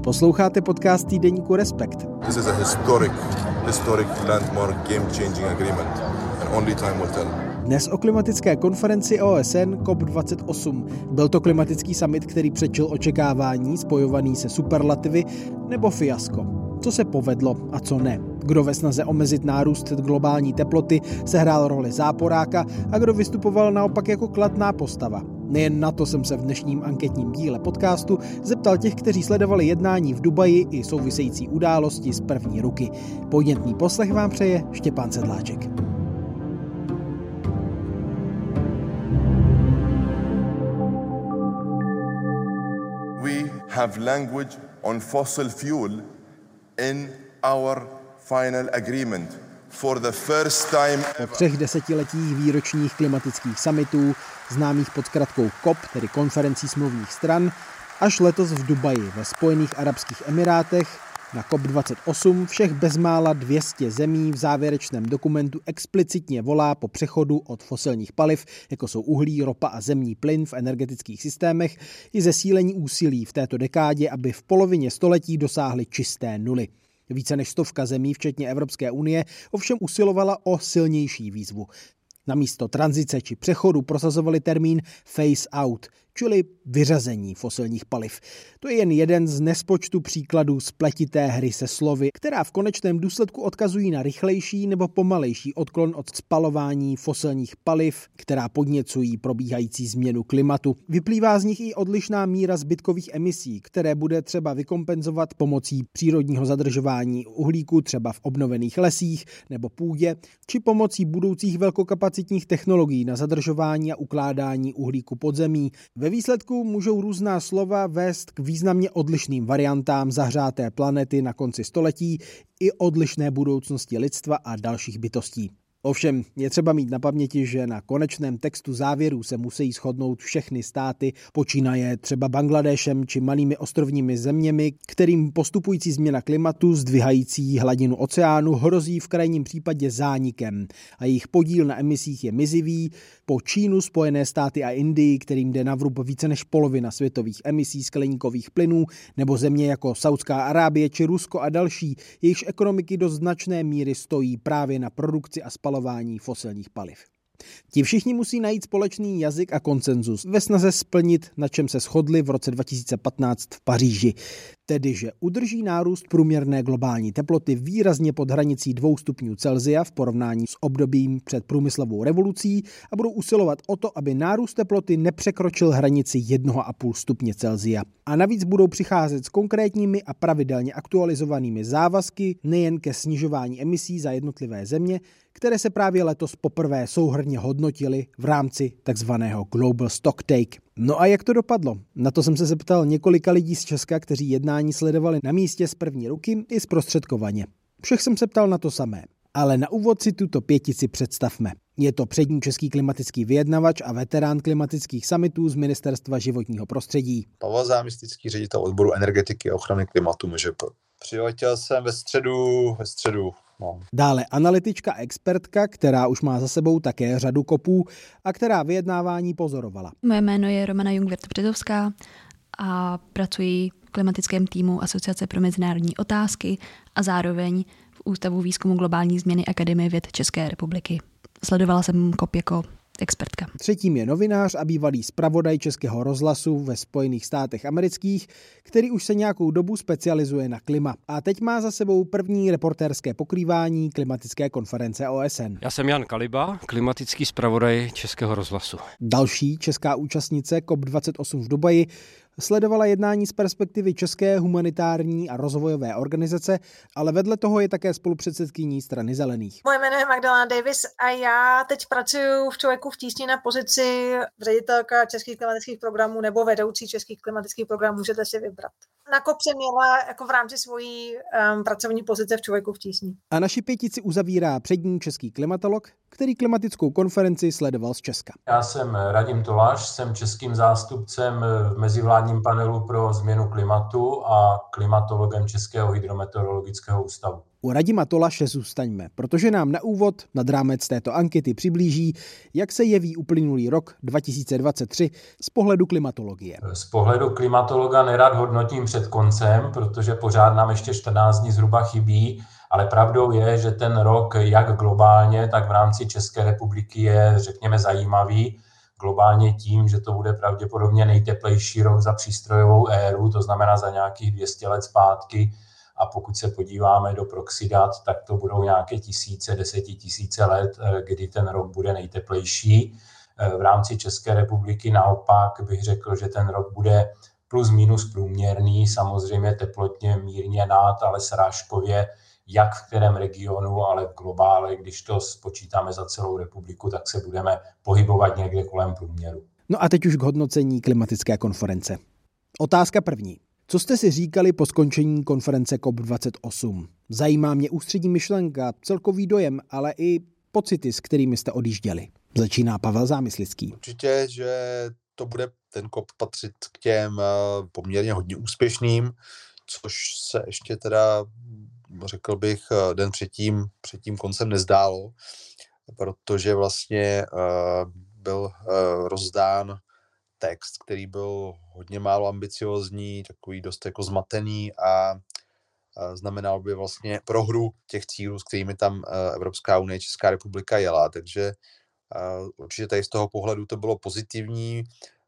Posloucháte podcast týdeníku Respekt. This is a historic landmark game-changing agreement and only time will tell. Dnes o klimatické konferenci OSN COP28. Byl to klimatický summit, který předčil očekávání, spojovaný se superlativy, nebo fiasko? Co se povedlo a co ne? Kdo ve snaze omezit nárůst globální teploty sehrál roli záporáka a kdo vystupoval naopak jako kladná postava? Nejen na to jsem se v dnešním anketním díle podcastu zeptal těch, kteří sledovali jednání v Dubaji i související události z první ruky. Podnětný poslech vám přeje Štěpán Sedláček. We have language on fossil fuel in our final agreement for the first time ever. Po 3 desetiletích výročních klimatických summitů, známých pod zkratkou COP, tedy konferencí smluvních stran, až letos v Dubaji ve Spojených arabských emirátech na COP28 všech bezmála 200 zemí v závěrečném dokumentu explicitně volá po přechodu od fosilních paliv, jako jsou uhlí, ropa a zemní plyn v energetických systémech, i zesílení úsilí v této dekádě, aby v polovině století dosáhly čisté nuly. Více než 100 zemí, včetně Evropské unie, ovšem usilovala o silnější výzvu. Namísto tranzice či přechodu prosazovali termín phase out, čili vyřazení fosilních paliv. To je jen jeden z nespočtu příkladů spletité hry se slovy, která v konečném důsledku odkazují na rychlejší nebo pomalejší odklon od spalování fosilních paliv, která podněcují probíhající změnu klimatu. Vyplývá z nich i odlišná míra zbytkových emisí, které bude třeba vykompenzovat pomocí přírodního zadržování uhlíku, třeba v obnovených lesích nebo půdě, či pomocí budoucích velkokapacitních technologií na zadržování a ukládání uhlíku pod zemí. Ve výsledku můžou různá slova vést k významně odlišným variantám zahřáté planety na konci století i odlišné budoucnosti lidstva a dalších bytostí. Ovšem je třeba mít na paměti, že na konečném textu závěrů se musí shodnout všechny státy, počínaje třeba Bangladéšem či malými ostrovními zeměmi, kterým postupující změna klimatu zdvihající hladinu oceánu hrozí v krajním případě zánikem a jejich podíl na emisích je mizivý, po Čínu, Spojené státy a Indii, kterým jde na vrub více než polovina světových emisí skleníkových plynů, nebo země jako Saudská Arábie či Rusko a další, jejichž ekonomiky do značné míry stojí právě na produkci a spalování fosilních paliv. Ti všichni musí najít společný jazyk a konsenzus ve snaze splnit, na čem se shodli v roce 2015 v Paříži. Tedy, že udrží nárůst průměrné globální teploty výrazně pod hranicí 2 stupňů Celsia v porovnání s obdobím před průmyslovou revolucí a budou usilovat o to, aby nárůst teploty nepřekročil hranici 1,5 stupně Celsia. A navíc budou přicházet s konkrétními a pravidelně aktualizovanými závazky nejen ke snižování emisí za jednotlivé země, které se právě letos poprvé souhrnně hodnotily v rámci takzvaného Global Stocktake. No a jak to dopadlo? Na to jsem se zeptal několika lidí z Česka, kteří jednání sledovali na místě z první ruky i zprostředkovaně. Všech jsem se ptal na to samé. Ale na úvod si tuto pětici představme. Je to přední český klimatický vyjednavač a veterán klimatických summitů z Ministerstva životního prostředí. Pavel Zámistický, ředitel odboru energetiky a ochrany klimatu MŽP. Přiletěl jsem ve středu. No. Dále analytička a expertka, která už má za sebou také řadu kopů a která vyjednávání pozorovala. Moje jméno je Romana Jungwirth-Březovská a pracuji v klimatickém týmu Asociace pro mezinárodní otázky a zároveň v Ústavu výzkumu globální změny Akademie věd České republiky. Sledovala jsem COP jako expertka. Třetím je novinář a bývalý zpravodaj Českého rozhlasu ve Spojených státech amerických, který už se nějakou dobu specializuje na klima. A teď má za sebou první reportérské pokrývání klimatické konference OSN. Já jsem Jan Kaliba, klimatický zpravodaj Českého rozhlasu. Další česká účastnice COP28 v Dubaji sledovala jednání z perspektivy České humanitární a rozvojové organizace, ale vedle toho je také spolupředsedkyní Strany zelených. Moje jméno je Magdalena Davis a já teď pracuji v Člověku v tísni na pozici ředitelka českých klimatických programů nebo vedoucí českých klimatických programů, můžete si vybrat. Na COP jsem měla jako v rámci svojí pracovní pozice v Člověku v tísni. A naši pětici uzavírá přední český klimatolog, který klimatickou konferenci sledoval z Česka. Já jsem Radim Toláš, jsem českým zástupcem v mezivládním panelu pro změnu klimatu a klimatologem Českého hydrometeorologického ústavu. U Radima Tolaše zůstaňme, protože nám na úvod nad rámec této ankety přiblíží, jak se jeví uplynulý rok 2023 z pohledu klimatologie. Z pohledu klimatologa nerad hodnotím před koncem, protože pořád nám ještě 14 dní zhruba chybí, ale pravdou je, že ten rok jak globálně, tak v rámci České republiky je, řekněme, zajímavý. Globálně tím, že to bude pravděpodobně nejteplejší rok za přístrojovou éru, to znamená za nějakých 200 let zpátky. A pokud se podíváme do proxy dat, tak to budou nějaké desetitisíce let, kdy ten rok bude nejteplejší. V rámci České republiky naopak bych řekl, že ten rok bude plus minus průměrný, samozřejmě teplotně mírně nad, ale srážkově jak v kterém regionu, ale v globále, když to spočítáme za celou republiku, tak se budeme pohybovat někde kolem průměru. No a teď už k hodnocení klimatické konference. Otázka první. Co jste si říkali po skončení konference COP28? Zajímá mě ústřední myšlenka, celkový dojem, ale i pocity, s kterými jste odjížděli. Začíná Pavel Zámyslický. Určitě, že to bude ten COP patřit k těm poměrně hodně úspěšným, což se ještě teda, řekl bych, den před tím koncem nezdálo, protože vlastně byl rozdán text, který byl hodně málo ambiciózní, takový dost jako zmatený a znamenal by vlastně prohru těch cílů, s kterými tam Evropská unie, Česká republika jela, takže určitě tady z toho pohledu to bylo pozitivní.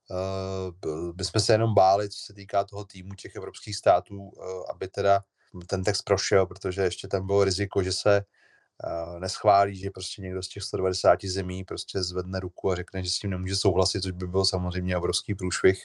My jsme se jenom báli, co se týká toho týmu těch evropských států, aby teda ten text prošel, protože ještě tam bylo riziko, že se neschválí, že prostě někdo z těch 190 zemí prostě zvedne ruku a řekne, že s tím nemůže souhlasit, což by byl samozřejmě obrovský průšvih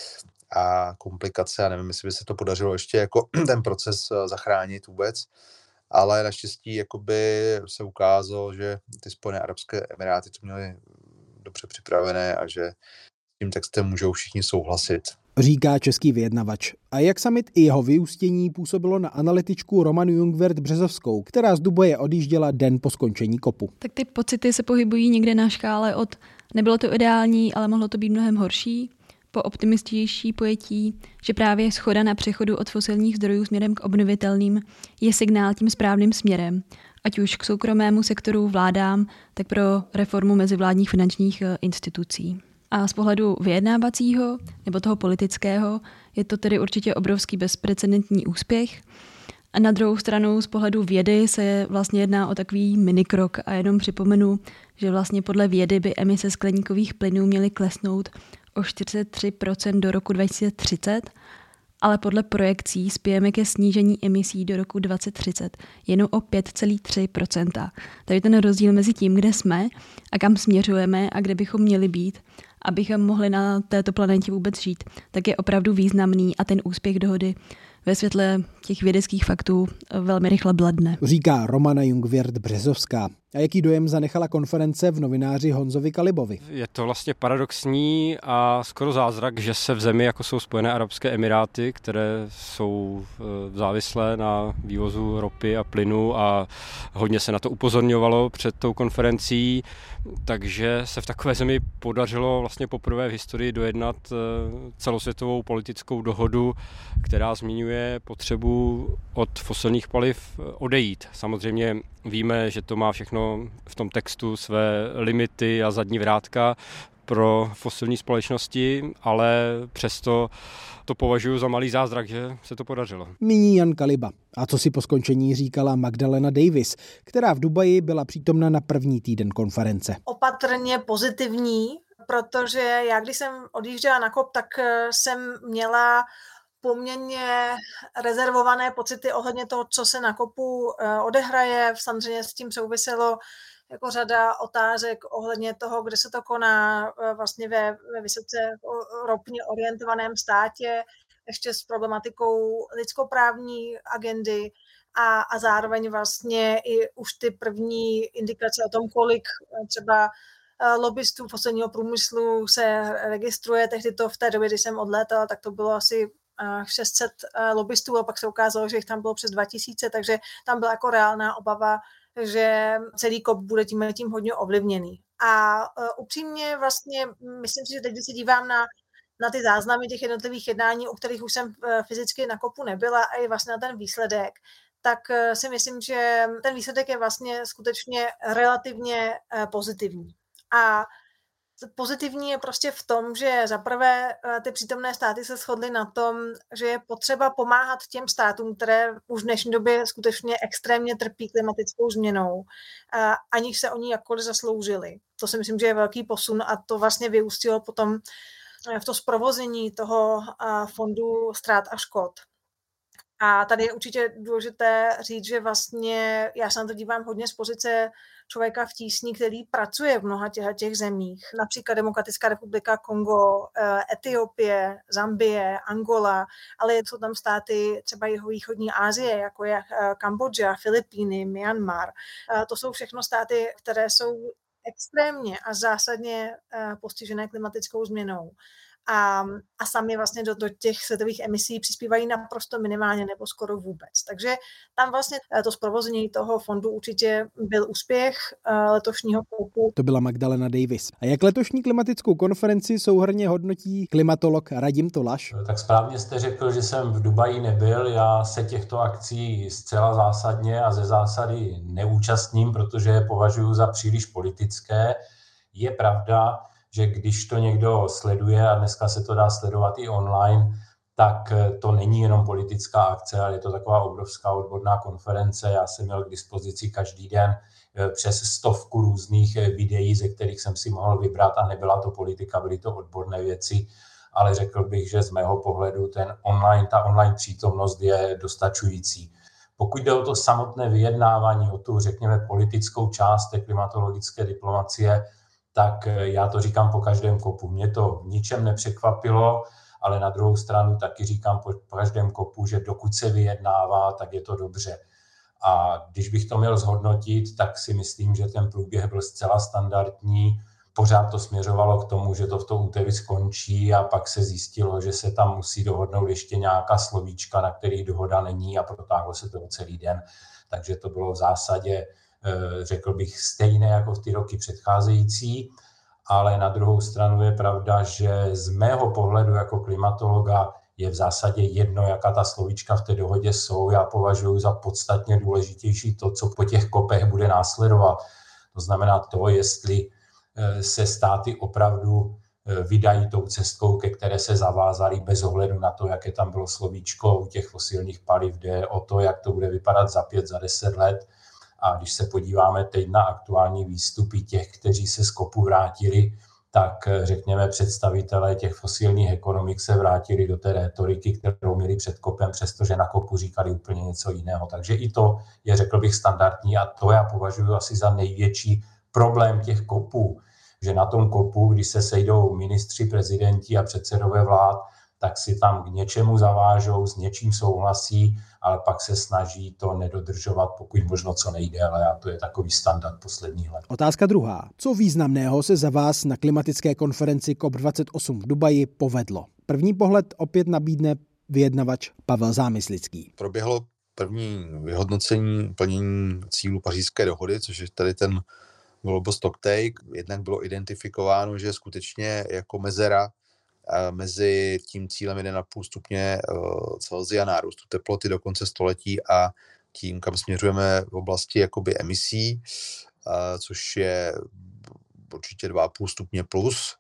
a komplikace. A nevím, jestli by se to podařilo ještě jako ten proces zachránit vůbec. Ale naštěstí jakoby se ukázalo, že ty Spojené arabské emiráty to měly dobře připravené a že s tím textem můžou všichni souhlasit. Říká český vyjednavač. A jak summit i jeho vyústění působilo na analytičku Romanu Jungwirth Březovskou, která z Dubaje odjížděla den po skončení COPu. Tak ty pocity se pohybují někde na škále od nebylo to ideální, ale mohlo to být mnohem horší, po optimističtější pojetí, že právě shoda na přechodu od fosilních zdrojů směrem k obnovitelným je signál tím správným směrem, ať už k soukromému sektoru, vládám, tak pro reformu mezivládních finančních institucí. A z pohledu vyjednávacího nebo toho politického je to tedy určitě obrovský bezprecedentní úspěch. A na druhou stranu z pohledu vědy se vlastně jedná o takový minikrok a jenom připomenu, že vlastně podle vědy by emise skleníkových plynů měly klesnout o 43% do roku 2030, ale podle projekcí spějeme ke snížení emisí do roku 2030 jenom o 5,3%. Takže ten rozdíl mezi tím, kde jsme a kam směřujeme a kde bychom měli být, abychom mohli na této planetě vůbec žít, tak je opravdu významný a ten úspěch dohody ve světle těch vědeckých faktů velmi rychle bledne. Říká Romana Jungwirth Březovská. A jaký dojem zanechala konference v novináři Honzovi Kalibovi? Je to vlastně paradoxní a skoro zázrak, že se v zemi, jako jsou Spojené arabské emiráty, které jsou závislé na vývozu ropy a plynu a hodně se na to upozorňovalo před tou konferencí, takže se v takové zemi podařilo vlastně poprvé v historii dojednat celosvětovou politickou dohodu, která zmiňuje potřebu od fosilních paliv odejít. Samozřejmě víme, že to má všechno v tom textu své limity a zadní vrátka pro fosilní společnosti, ale přesto to považuji za malý zázrak, že se to podařilo. Míní Jan Kaliba. A co si po skončení říkala Magdalena Davis, která v Dubaji byla přítomna na první týden konference. Opatrně pozitivní, protože já když jsem odjížděla na COP, tak jsem měla poměrně rezervované pocity ohledně toho, co se na COPu odehraje. Samozřejmě s tím souviselo jako řada otázek ohledně toho, kde se to koná vlastně ve vysoce ropně orientovaném státě, ještě s problematikou lidskoprávní agendy a zároveň vlastně i už ty první indikace o tom, kolik třeba lobbystů fosilního průmyslu se registruje. Tehdy to v té době, kdy jsem odlétala, tak to bylo asi 600 lobbystů a pak se ukázalo, že jich tam bylo přes 2000, takže tam byla jako reálná obava, že celý COP bude tím hodně ovlivněný. A upřímně vlastně myslím si, že teď, když se dívám na ty záznamy těch jednotlivých jednání, u kterých už jsem fyzicky na COPu nebyla a i vlastně na ten výsledek, tak si myslím, že ten výsledek je vlastně skutečně relativně pozitivní. A pozitivní je prostě v tom, že zaprvé ty přítomné státy se shodly na tom, že je potřeba pomáhat těm státům, které už v dnešní době skutečně extrémně trpí klimatickou změnou, aniž se oni jakkoliv zasloužili. To si myslím, že je velký posun a to vlastně vyústilo potom v to zprovoznění toho fondu ztrát a škod. A tady je určitě důležité říct, že vlastně já se na to dívám hodně z pozice člověka v tísni, který pracuje v mnoha těch zemích. Například Demokratická republika Kongo, Etiopie, Zambie, Angola, ale jsou tam státy třeba jihovýchodní Asie, jako je Kambodža, Filipíny, Myanmar. To jsou všechno státy, které jsou extrémně a zásadně postižené klimatickou změnou. A sami vlastně do těch světových emisí přispívají naprosto minimálně nebo skoro vůbec. Takže tam vlastně to zprovoznění toho fondu určitě byl úspěch letošního roku. To byla Magdalena Davis. A jak letošní klimatickou konferenci souhrnně hodnotí klimatolog Radim Tolaš? Tak správně jste řekl, že jsem v Dubaji nebyl. Já se těchto akcí zcela zásadně a ze zásady neúčastním, protože je považuji za příliš politické. Je pravda, že když to někdo sleduje, a dneska se to dá sledovat i online, tak to není jenom politická akce, ale je to taková obrovská odborná konference. Já jsem měl k dispozici každý den přes 100 různých videí, ze kterých jsem si mohl vybrat a nebyla to politika, byly to odborné věci, ale řekl bych, že z mého pohledu ta online přítomnost je dostačující. Pokud jde o to samotné vyjednávání, o tu, řekněme, politickou část té klimatologické diplomacie, tak já to říkám po každém kopu. Mě to v ničem nepřekvapilo, ale na druhou stranu taky říkám po každém kopu, že dokud se vyjednává, tak je to dobře. A když bych to měl zhodnotit, tak si myslím, že ten průběh byl zcela standardní. Pořád to směřovalo k tomu, že to v tom úterý skončí a pak se zjistilo, že se tam musí dohodnout ještě nějaká slovíčka, na kterých dohoda není a protáhlo se to celý den. Takže to bylo v zásadě, řekl bych, stejné jako v ty roky předcházející, ale na druhou stranu je pravda, že z mého pohledu jako klimatologa je v zásadě jedno, jaká ta slovíčka v té dohodě jsou. Já považuji za podstatně důležitější to, co po těch kopech bude následovat. To znamená to, jestli se státy opravdu vydají tou cestou, ke které se zavázali bez ohledu na to, jaké tam bylo slovíčko u těch fosilních paliv, jde o to, jak to bude vypadat za 5, za 10 let. A když se podíváme teď na aktuální výstupy těch, kteří se z kopu vrátili, tak řekněme představitelé těch fosilních ekonomik se vrátili do té rétoriky, kterou měli před kopem, přestože na kopu říkali úplně něco jiného. Takže i to je, řekl bych, standardní a to já považuji asi za největší problém těch kopů, že na tom kopu, když se sejdou ministři, prezidenti a předsedové vlád, tak si tam k něčemu zavážou, s něčím souhlasí, ale pak se snaží to nedodržovat, pokud možno co nejdéle, a to je takový standard posledních let. Otázka druhá. Co významného se za vás na klimatické konferenci COP28 v Dubaji povedlo? První pohled opět nabídne vyjednavač Pavel Zámyslický. Proběhlo první vyhodnocení plnění cílů Pařížské dohody, což je tady ten Global Stocktake. Jednak bylo identifikováno, že skutečně jako mezera mezi tím cílem 1,5 stupně Celsia nárůstu teploty do konce století a tím, kam směřujeme v oblasti jakoby emisí, což je určitě 2,5 stupně plus,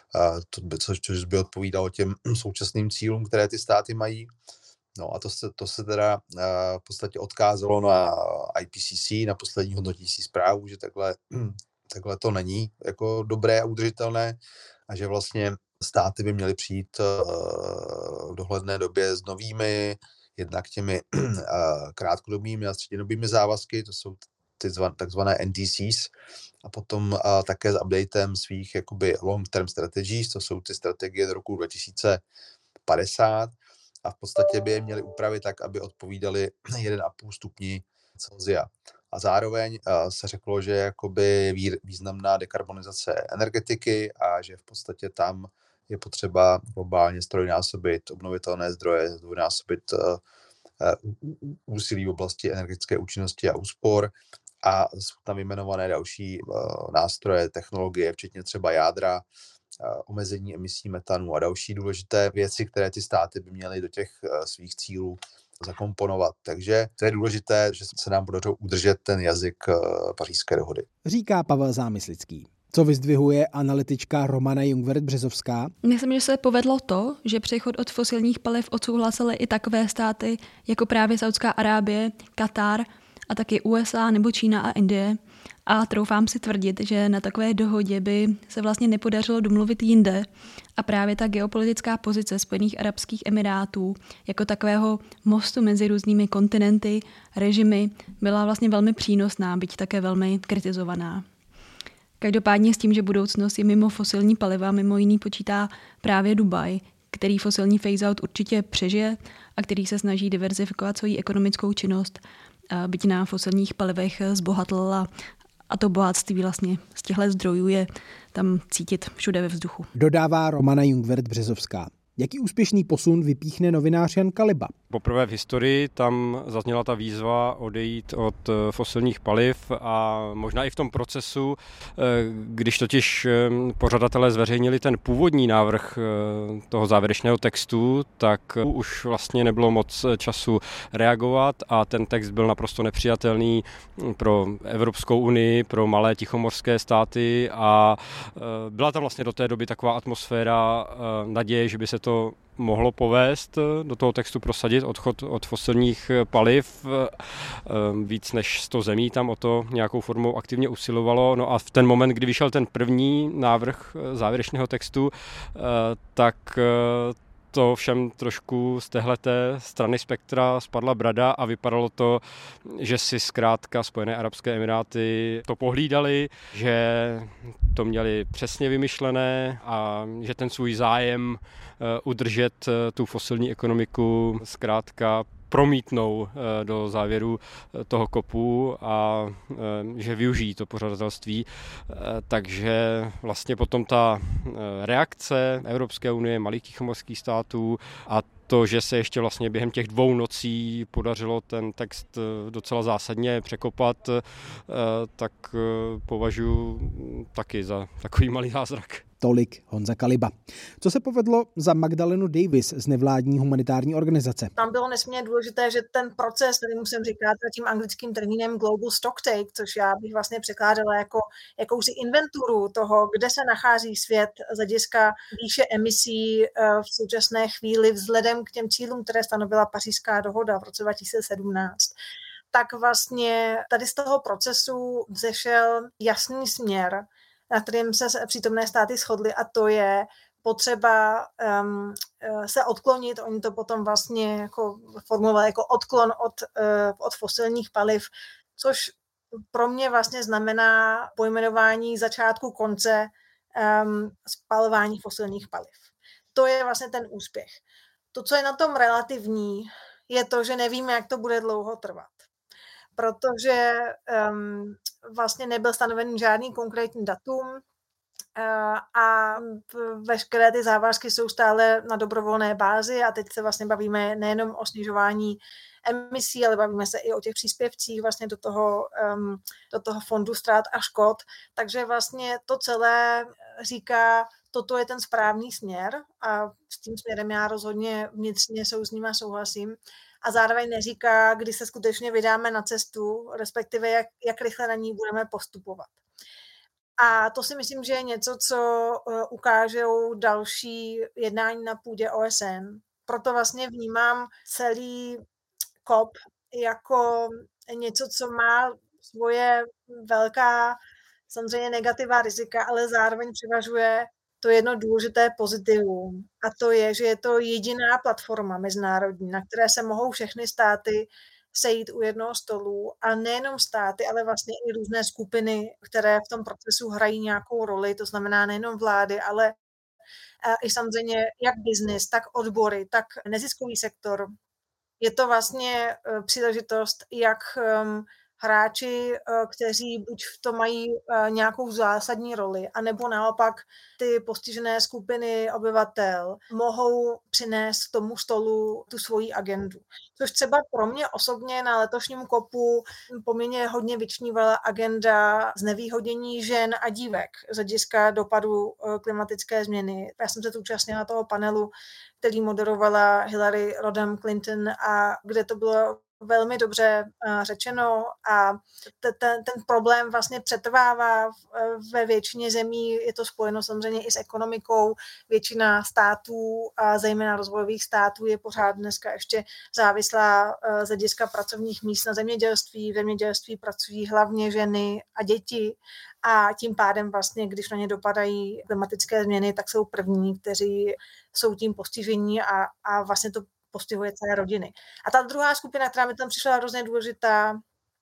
což by odpovídalo těm současným cílům, které ty státy mají. No a to se teda v podstatě odkázalo na IPCC, na poslední hodnotící zprávu, že takhle to není jako dobré a udržitelné a že vlastně státy by měly přijít v dohledné době s novými, jednak těmi krátkodobými a střednědobými závazky, to jsou ty takzvané NDCs, a potom také s updatem svých jakoby long-term strategies, to jsou ty strategie do roku 2050 a v podstatě by je měly upravit tak, aby odpovídaly 1,5 stupni Celsia. A zároveň se řeklo, že jakoby významná dekarbonizace energetiky a že v podstatě tam je potřeba globálně strojnásobit obnovitelné zdroje, zdvojnásobit úsilí v oblasti energetické účinnosti a úspor a jsou tam vyjmenované další nástroje, technologie, včetně třeba jádra, omezení emisí metanu a další důležité věci, které ty státy by měly do těch svých cílů zakomponovat. Takže to je důležité, že se nám podařilo udržet ten jazyk Pařížské dohody. Říká Pavel Zámyslický. Co vyzdvihuje analytička Romana Jungwirth-Březovská? Myslím, že se povedlo to, že přechod od fosilních paliv odsouhlasily i takové státy, jako právě Saudská Arábie, Katar a taky USA nebo Čína a Indie. A troufám si tvrdit, že na takové dohodě by se vlastně nepodařilo domluvit jinde. A právě ta geopolitická pozice Spojených arabských emirátů jako takového mostu mezi různými kontinenty, režimy byla vlastně velmi přínosná, byť také velmi kritizovaná. Každopádně s tím, že budoucnost je mimo fosilní paliva, mimo jiný počítá právě Dubaj, který fosilní phase-out určitě přežije a který se snaží diverzifikovat svoji ekonomickou činnost, byť na fosilních palivech zbohatl a to bohatství vlastně z těchto zdrojů je tam cítit všude ve vzduchu. Dodává Romana Jungwirth-Březovská. Jaký úspěšný posun vypíchne novinář Jan Kaliba? Poprvé v historii tam zazněla ta výzva odejít od fosilních paliv a možná i v tom procesu, když totiž pořadatelé zveřejnili ten původní návrh toho závěrečného textu, tak už vlastně nebylo moc času reagovat a ten text byl naprosto nepřijatelný pro Evropskou unii, pro malé tichomorské státy a byla tam vlastně do té doby taková atmosféra naděje, že by se to mohlo povést do toho textu prosadit odchod od fosilních paliv. Víc než 100 zemí tam o to nějakou formou aktivně usilovalo. No a v ten moment, kdy vyšel ten první návrh závěrečného textu, tak to všem trošku z téhleté strany spektra spadla brada a vypadalo to, že si zkrátka Spojené arabské emiráty to pohlídali, že to měli přesně vymyšlené a že ten svůj zájem udržet tu fosilní ekonomiku zkrátka promítnou do závěru toho kopu a že využijí to pořadatelství. Takže vlastně potom ta reakce Evropské unie, malých tichomorských států a to, že se ještě vlastně během těch 2 nocí podařilo ten text docela zásadně překopat, tak považuji taky za takový malý zázrak. Tolik Honza Kaliba. Co se povedlo za Magdalenu Davis z nevládní humanitární organizace? Tam bylo nesmírně důležité, že ten proces, který musím říkat tím anglickým termínem global stocktake, což já bych vlastně překládala jako jakousi inventuru toho, kde se nachází svět z hlediska výše emisí v současné chvíli vzhledem k těm cílům, které stanovila Pařížská dohoda v roce 2017. Tak vlastně tady z toho procesu vzešel jasný směr, na kterým se přítomné státy shodly, a to je potřeba se odklonit, oni to potom vlastně jako formulovali jako odklon od fosilních paliv, což pro mě vlastně znamená pojmenování začátku konce spalování fosilních paliv. To je vlastně ten úspěch. To, co je na tom relativní, je to, že nevíme, jak to bude dlouho trvat. Protože vlastně nebyl stanovený žádný konkrétní datum a veškeré ty závazky jsou stále na dobrovolné bázi a teď se vlastně bavíme nejenom o snižování emisí, ale bavíme se i o těch příspěvcích vlastně do toho fondu ztrát a škod. Takže vlastně to celé říká, toto je ten správný směr a s tím směrem já rozhodně vnitřně s ním souhlasím. A zároveň neříká, kdy se skutečně vydáme na cestu, respektive jak rychle na ní budeme postupovat. A to si myslím, že je něco, co ukážou další jednání na půdě OSN. Proto vlastně vnímám celý COP jako něco, co má svoje velká, samozřejmě negativa rizika, ale zároveň převažuje to jedno důležité pozitivum. A to je, že je to jediná platforma mezinárodní, na které se mohou všechny státy sejít u jednoho stolu a nejenom státy, ale vlastně i různé skupiny, které v tom procesu hrají nějakou roli, to znamená nejenom vlády, ale i samozřejmě jak biznis, tak odbory, tak neziskový sektor. Je to vlastně příležitost, jak hráči, kteří buď v tom mají nějakou zásadní roli, anebo naopak ty postižené skupiny obyvatel mohou přinést k tomu stolu tu svoji agendu. Což třeba pro mě osobně na letošním COPu poměrně hodně vyčnívala agenda znevýhodnění žen a dívek z hlediska dopadu klimatické změny. Já jsem se účastnila toho panelu, který moderovala Hillary Rodham Clinton a kde to bylo velmi dobře řečeno a ten problém vlastně přetrvává ve většině zemí, je to spojeno samozřejmě i s ekonomikou, většina států a zejména rozvojových států je pořád dneska ještě závislá z hlediska pracovních míst na zemědělství, v zemědělství pracují hlavně ženy a děti a tím pádem vlastně, když na ně dopadají klimatické změny, tak jsou první, kteří jsou tím postižení a vlastně to postihuje celé rodiny. A ta druhá skupina, která mi tam přišla hrozně důležitá,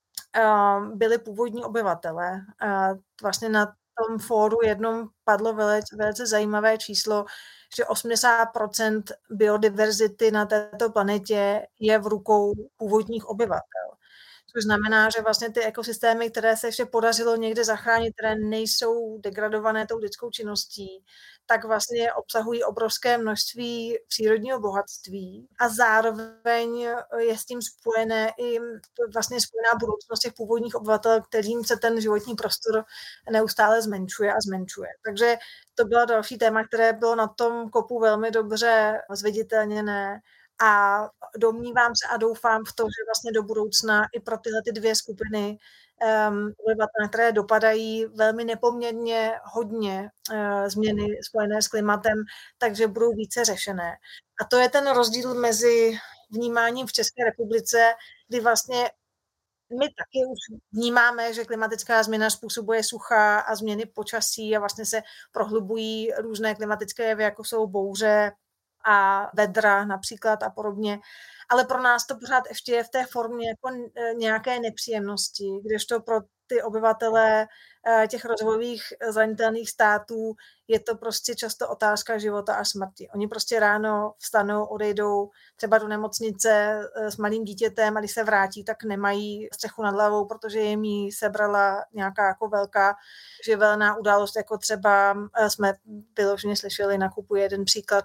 byli původní obyvatele. Vlastně na tom fóru jednom padlo velice zajímavé číslo, že 80% biodiverzity na této planetě je v rukou původních obyvatel. Což znamená, že vlastně ty ekosystémy, které se ještě podařilo někde zachránit, které nejsou degradované tou lidskou činností, tak vlastně obsahují obrovské množství přírodního bohatství a zároveň je s tím spojené i vlastně spojená budoucnost těch původních obyvatel, kterým se ten životní prostor neustále zmenšuje a zmenšuje. Takže to bylo další téma, které bylo na tom COPu velmi dobře zviditelněné. A domnívám se a doufám v to, že vlastně do budoucna i pro tyhle ty dvě skupiny obyvatel, které dopadají velmi nepoměrně hodně změny spojené s klimatem, takže budou více řešené. A to je ten rozdíl mezi vnímáním v České republice, kdy vlastně my taky už vnímáme, že klimatická změna způsobuje sucha a změny počasí a vlastně se prohlubují různé klimatické jevy, jako jsou bouře a vedra například a podobně. Ale pro nás to pořád ještě je v té formě jako nějaké nepříjemnosti, kdežto pro ty obyvatele těch rozvojových zranitelných států je to prostě často otázka života a smrti. Oni prostě ráno vstanou, odejdou třeba do nemocnice s malým dítětem a když se vrátí, tak nemají střechu nad hlavou, protože jim ji sebrala nějaká jako velká živelná událost, jako třeba jsme vyloženě slyšeli na COPu jeden příklad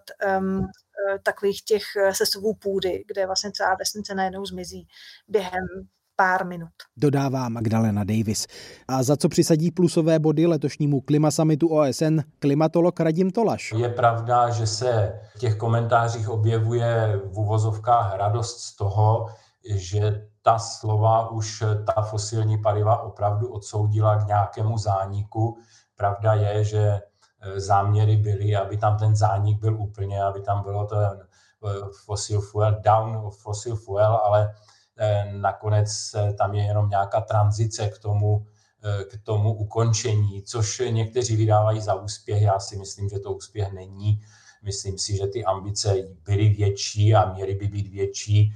takových těch sesuvů půdy, kde vlastně celá vesnice najednou zmizí během pár minut. Dodává Magdalena Davis. A za co přisadí plusové body letošnímu klimasummitu OSN klimatolog Radim Tolaš? Je pravda, že se v těch komentářích objevuje v uvozovkách radost z toho, že ta slova už ta fosilní paliva opravdu odsoudila k nějakému zániku. Pravda je, že záměry byly, aby tam ten zánik byl úplně, aby tam bylo ten fossil fuel, down of fossil fuel, ale nakonec tam je jenom nějaká tranzice k tomu ukončení, což někteří vydávají za úspěch. Já si myslím, že to úspěch není. Myslím si, že ty ambice byly větší a měly by být větší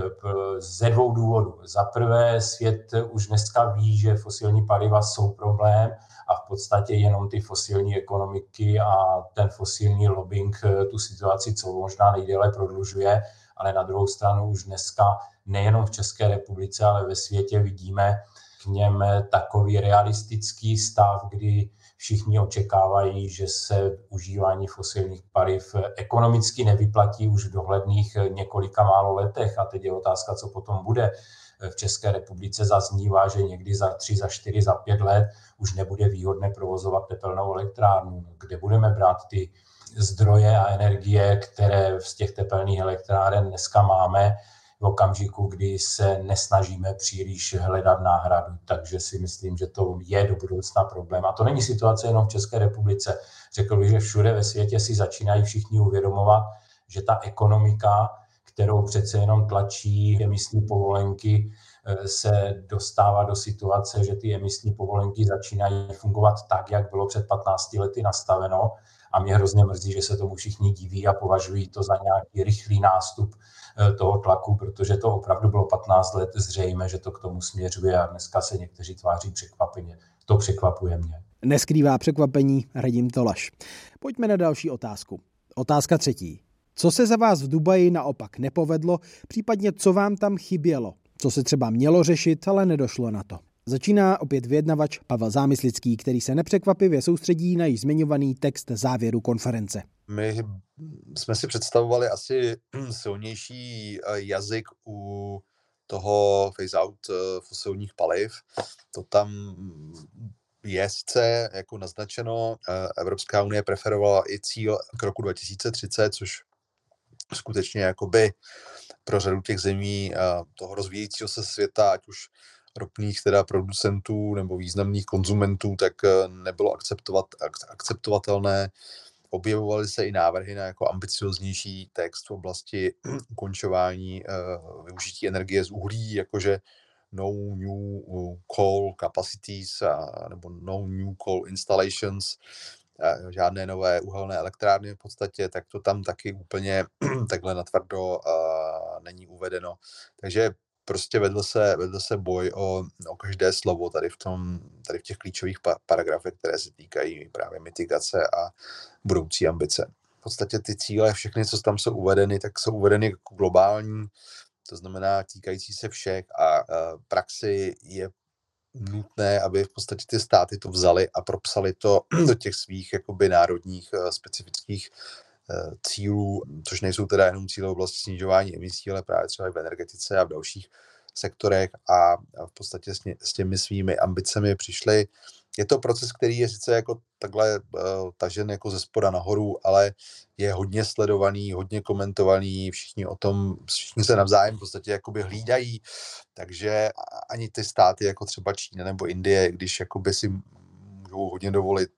ze dvou důvodů. Za prvé, svět už dneska ví, že fosilní paliva jsou problém a v podstatě jenom ty fosilní ekonomiky a ten fosilní lobbying tu situaci co možná nejdéle prodlužuje, ale na druhou stranu už dneska nejenom v České republice, ale ve světě vidíme k něm takový realistický stav, kdy všichni očekávají, že se užívání fosilních paliv ekonomicky nevyplatí už v dohledných několika málo letech. A teď je otázka, co potom bude. V České republice zaznívá, že někdy za 3, za 4, za 5 let už nebude výhodné provozovat tepelnou elektrárnu. Kde budeme brát ty zdroje a energie, které z těch tepelných elektráren dneska máme, v okamžiku, kdy se nesnažíme příliš hledat náhradu. Takže si myslím, že to je do budoucna problém. A to není situace jenom v České republice. Řekl bych, že všude ve světě si začínají všichni uvědomovat, že ta ekonomika, kterou přece jenom tlačí emisní povolenky, se dostává do situace, že ty emisní povolenky začínají fungovat tak, jak bylo před 15 lety nastaveno. A mě hrozně mrzí, že se tomu všichni diví a považují to za nějaký rychlý nástup toho tlaku, protože to opravdu bylo 15 let zřejmé, že to k tomu směřuje a dneska se někteří tváří překvapeně. To překvapuje mě. Neskrývá překvapení Radim Tolaš. Pojďme na další otázku. Otázka 3. Co se za vás v Dubaji naopak nepovedlo, případně co vám tam chybělo? co se třeba mělo řešit, ale nedošlo na to. Začíná opět vyjednavač Pavel Zámyslický, který se nepřekvapivě soustředí na již zmiňovaný text závěru konference. My jsme si představovali asi silnější jazyk u toho phase-out fosilních paliv. To tam je sice jako naznačeno. Evropská unie preferovala i cíl k roku 2030, což skutečně jakoby pro řadu těch zemí toho rozvíjejícího se světa, ať už ropných teda producentů nebo významných konzumentů, tak nebylo akceptovatelné. Objevovaly se i návrhy na jako ambicioznější text v oblasti ukončování využití energie z uhlí, jakože no new coal capacities nebo no new coal installations, žádné nové uhelné elektrárny v podstatě, tak to tam taky úplně takhle natvrdo není uvedeno. Takže prostě vedl se boj o každé slovo tady v těch klíčových paragrafech, které se týkají právě mitigace a budoucí ambice. V podstatě ty cíle, všechny, co tam jsou uvedeny, tak jsou uvedeny jako globální, to znamená týkající se všech a praxi je nutné, aby v podstatě ty státy to vzali a propsali to do těch svých jakoby národních specifických cílů, což nejsou teda jenom cíle v oblasti snižování emisí, ale právě třeba i v energetice a v dalších sektorech a v podstatě s těmi svými ambicemi přišli. Je to proces, který je sice jako takhle tažen jako ze spoda nahoru, ale je hodně sledovaný, hodně komentovaný, všichni se navzájem v podstatě jakoby hlídají, takže ani ty státy jako třeba Čína nebo Indie, když jakoby si můžou hodně dovolit,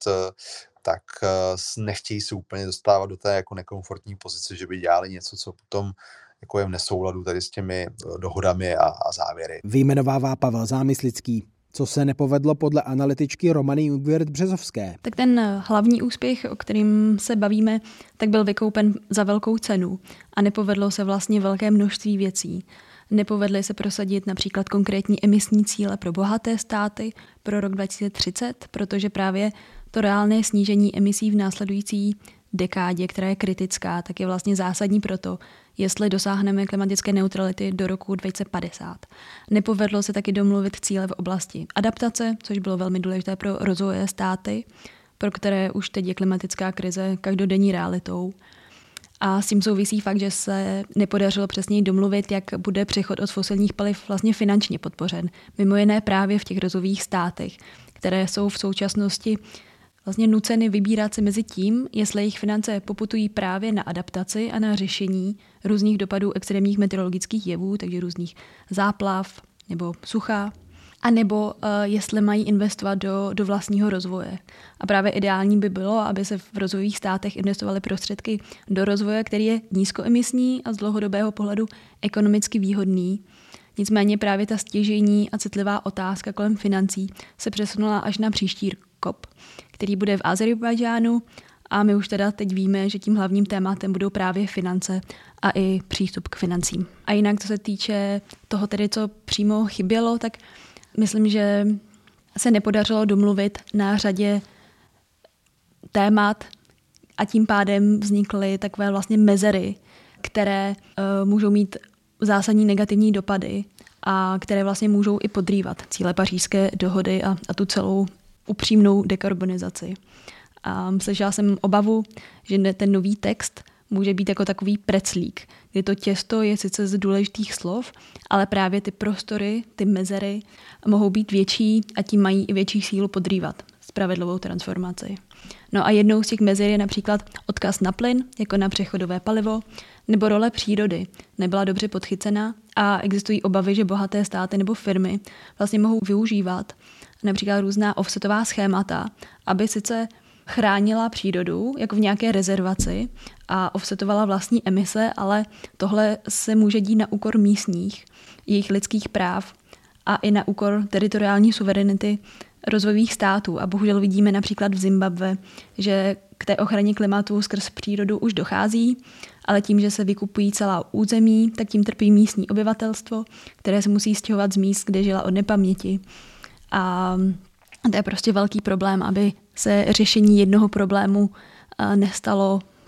tak nechtějí se úplně dostávat do té jako nekomfortní pozice, že by dělali něco, co potom jako je v nesouladu tady s těmi dohodami a závěry. Vyjmenovává Pavel Zámyslický. Co se nepovedlo podle analytičky Romany Jungwirth-Březovské? Tak ten hlavní úspěch, o kterým se bavíme, tak byl vykoupen za velkou cenu a nepovedlo se vlastně velké množství věcí. Nepovedly se prosadit například konkrétní emisní cíle pro bohaté státy pro rok 2030, protože právě to reálné snížení emisí v následující dekádě, která je kritická, tak je vlastně zásadní pro to, jestli dosáhneme klimatické neutrality do roku 2050. Nepovedlo se taky domluvit cíle v oblasti adaptace, což bylo velmi důležité pro rozvojové státy, pro které už teď je klimatická krize každodenní realitou. A s tím souvisí fakt, že se nepodařilo přesně domluvit, jak bude přechod od fosilních paliv vlastně finančně podpořen. Mimo jiné právě v těch rozvojových státech, které jsou v současnosti vlastně nuceny vybírat se mezi tím, jestli jejich finance poputují právě na adaptaci a na řešení různých dopadů extrémních meteorologických jevů, takže různých záplav nebo sucha, anebo jestli mají investovat do vlastního rozvoje. A právě ideální by bylo, aby se v rozvojových státech investovaly prostředky do rozvoje, který je nízkoemisní a z dlouhodobého pohledu ekonomicky výhodný. Nicméně právě ta stěžejní a citlivá otázka kolem financí se přesunula až na příští COP, který bude v Azerbajdžánu a my už teda teď víme, že tím hlavním tématem budou právě finance a i přístup k financím. A jinak, co se týče toho tedy, co přímo chybělo, tak myslím, že se nepodařilo domluvit na řadě témat a tím pádem vznikly takové vlastně mezery, které můžou mít zásadní negativní dopady a které vlastně můžou i podrývat cíle Pařížské dohody a tu celou upřímnou dekarbonizaci. A slyšela jsem obavu, že ten nový text může být jako takový preclík, kdy to těsto je sice z důležitých slov, ale právě ty prostory, ty mezery mohou být větší a tím mají i větší sílu podrývat spravedlivou transformaci. No a jednou z těch mezer je například odkaz na plyn, jako na přechodové palivo, nebo role přírody nebyla dobře podchycena a existují obavy, že bohaté státy nebo firmy vlastně mohou využívat například různá offsetová schémata, aby sice chránila přírodu jako v nějaké rezervaci a offsetovala vlastní emise, ale tohle se může dít na úkor místních, jejich lidských práv a i na úkor teritoriální suverenity rozvojových států. A bohužel vidíme například v Zimbabwe, že k té ochraně klimatu skrz přírodu už dochází, ale tím, že se vykupují celá území, tak tím trpí místní obyvatelstvo, které se musí stěhovat z míst, kde žila od nepaměti. A to je prostě velký problém, aby se řešení jednoho problému nestalo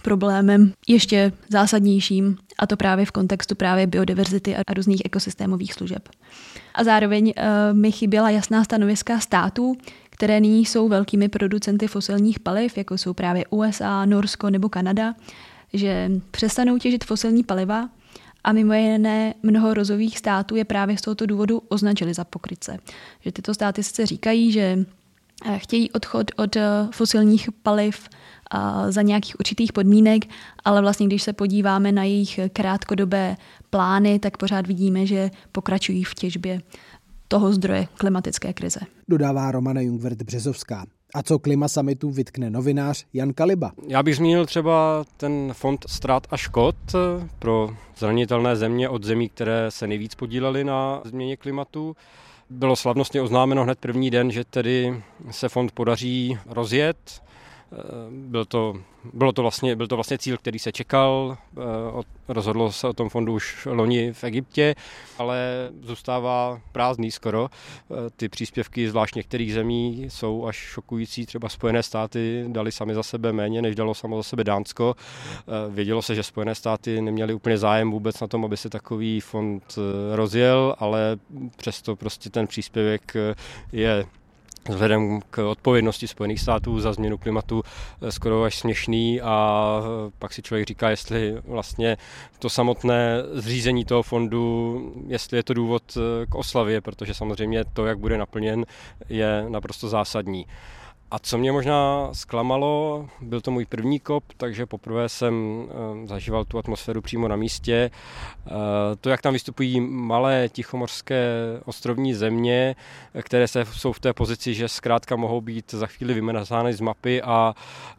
problémem ještě zásadnějším, a to právě v kontextu právě biodiverzity a různých ekosystémových služeb. A zároveň mi chyběla jasná stanoviska států, které nyní jsou velkými producenty fosilních paliv, jako jsou právě USA, Norsko nebo Kanada, že přestanou těžit fosilní paliva a mimo jiné mnoho rozvojových států je právě z tohoto důvodu označili za pokrytce. Že tyto státy sice říkají, že chtějí odchod od fosilních paliv za nějakých určitých podmínek, ale vlastně když se podíváme na jejich krátkodobé plány, tak pořád vidíme, že pokračují v těžbě toho zdroje klimatické krize. Dodává Romana Jungwirth-Březovská. A co klima summitu vytkne novinář Jan Kaliba? Já bych zmínil třeba ten fond ztrát a škod pro zranitelné země od zemí, které se nejvíc podílely na změně klimatu. Bylo slavnostně oznámeno hned první den, že tedy se fond podaří rozjet. Byl to vlastně cíl, který se čekal. Rozhodlo se o tom fondu už loni v Egyptě, ale zůstává prázdný skoro. Ty příspěvky zvlášť některých zemí jsou až šokující. Třeba Spojené státy dali sami za sebe méně, než dalo samo za sebe Dánsko. Vědělo se, že Spojené státy neměly úplně zájem vůbec na tom, aby se takový fond rozjel, ale přesto prostě ten příspěvek je vzhledem k odpovědnosti Spojených států za změnu klimatu skoro až směšný a pak si člověk říká, jestli vlastně to samotné zřízení toho fondu, jestli je to důvod k oslavě, protože samozřejmě to, jak bude naplněn, je naprosto zásadní. A co mě možná zklamalo, byl to můj první COP, takže poprvé jsem zažíval tu atmosféru přímo na místě. To, jak tam vystupují malé tichomořské ostrovní země, které jsou v té pozici, že zkrátka mohou být za chvíli vymazány z mapy a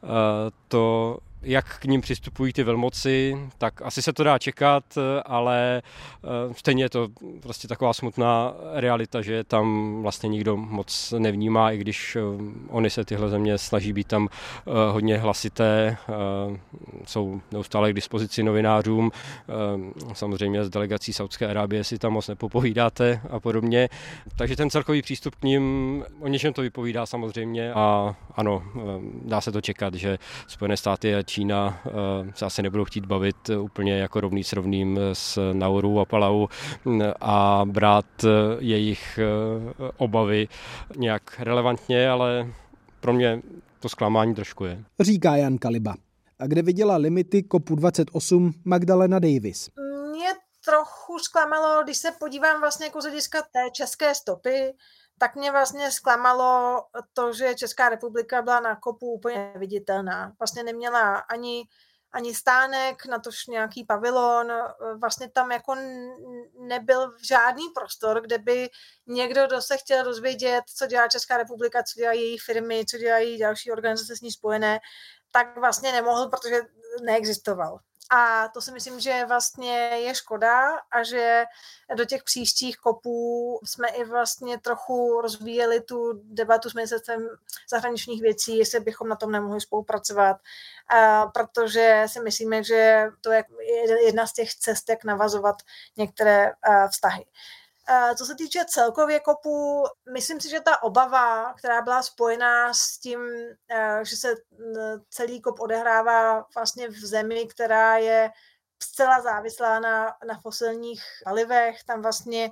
to, jak k ním přistupují ty velmoci, tak asi se to dá čekat, ale stejně je to prostě taková smutná realita, že tam vlastně nikdo moc nevnímá, i když oni se tyhle země snaží být tam hodně hlasité, jsou neustále k dispozici novinářům, samozřejmě s delegací Saúdské Arábie si tam moc nepopovídáte a podobně. Takže ten celkový přístup k ním, o něčem to vypovídá samozřejmě a ano, dá se to čekat, že Spojené státy a Čína se asi nebudou chtít bavit úplně jako rovný s rovným s Nauru a Palau a brát jejich obavy nějak relevantně, ale pro mě to zklamání trošku je. Říká Jan Kaliba. A kde viděla limity COP28 Magdalena Davis? Mě trochu zklamalo, když se podívám vlastně jako z hlediska té české stopy, tak mě vlastně zklamalo to, že Česká republika byla na COPu úplně neviditelná. Vlastně neměla ani stánek, natož nějaký pavilon, vlastně tam jako nebyl žádný prostor, kde by někdo, kdo se chtěl dozvědět, co dělá Česká republika, co dělají její firmy, co dělají další organizace s ní spojené, tak vlastně nemohl, protože neexistoval. A to si myslím, že vlastně je škoda a že do těch příštích COPů jsme i vlastně trochu rozvíjeli tu debatu s ministerstvem zahraničních věcí, jestli bychom na tom nemohli spolupracovat, protože si myslíme, že to je jedna z těch cest, jak navazovat některé vztahy. Co se týče celkově COPu, myslím si, že ta obava, která byla spojená s tím, že se celý COP odehrává vlastně v zemi, která je zcela závislá na fosilních palivech, tam vlastně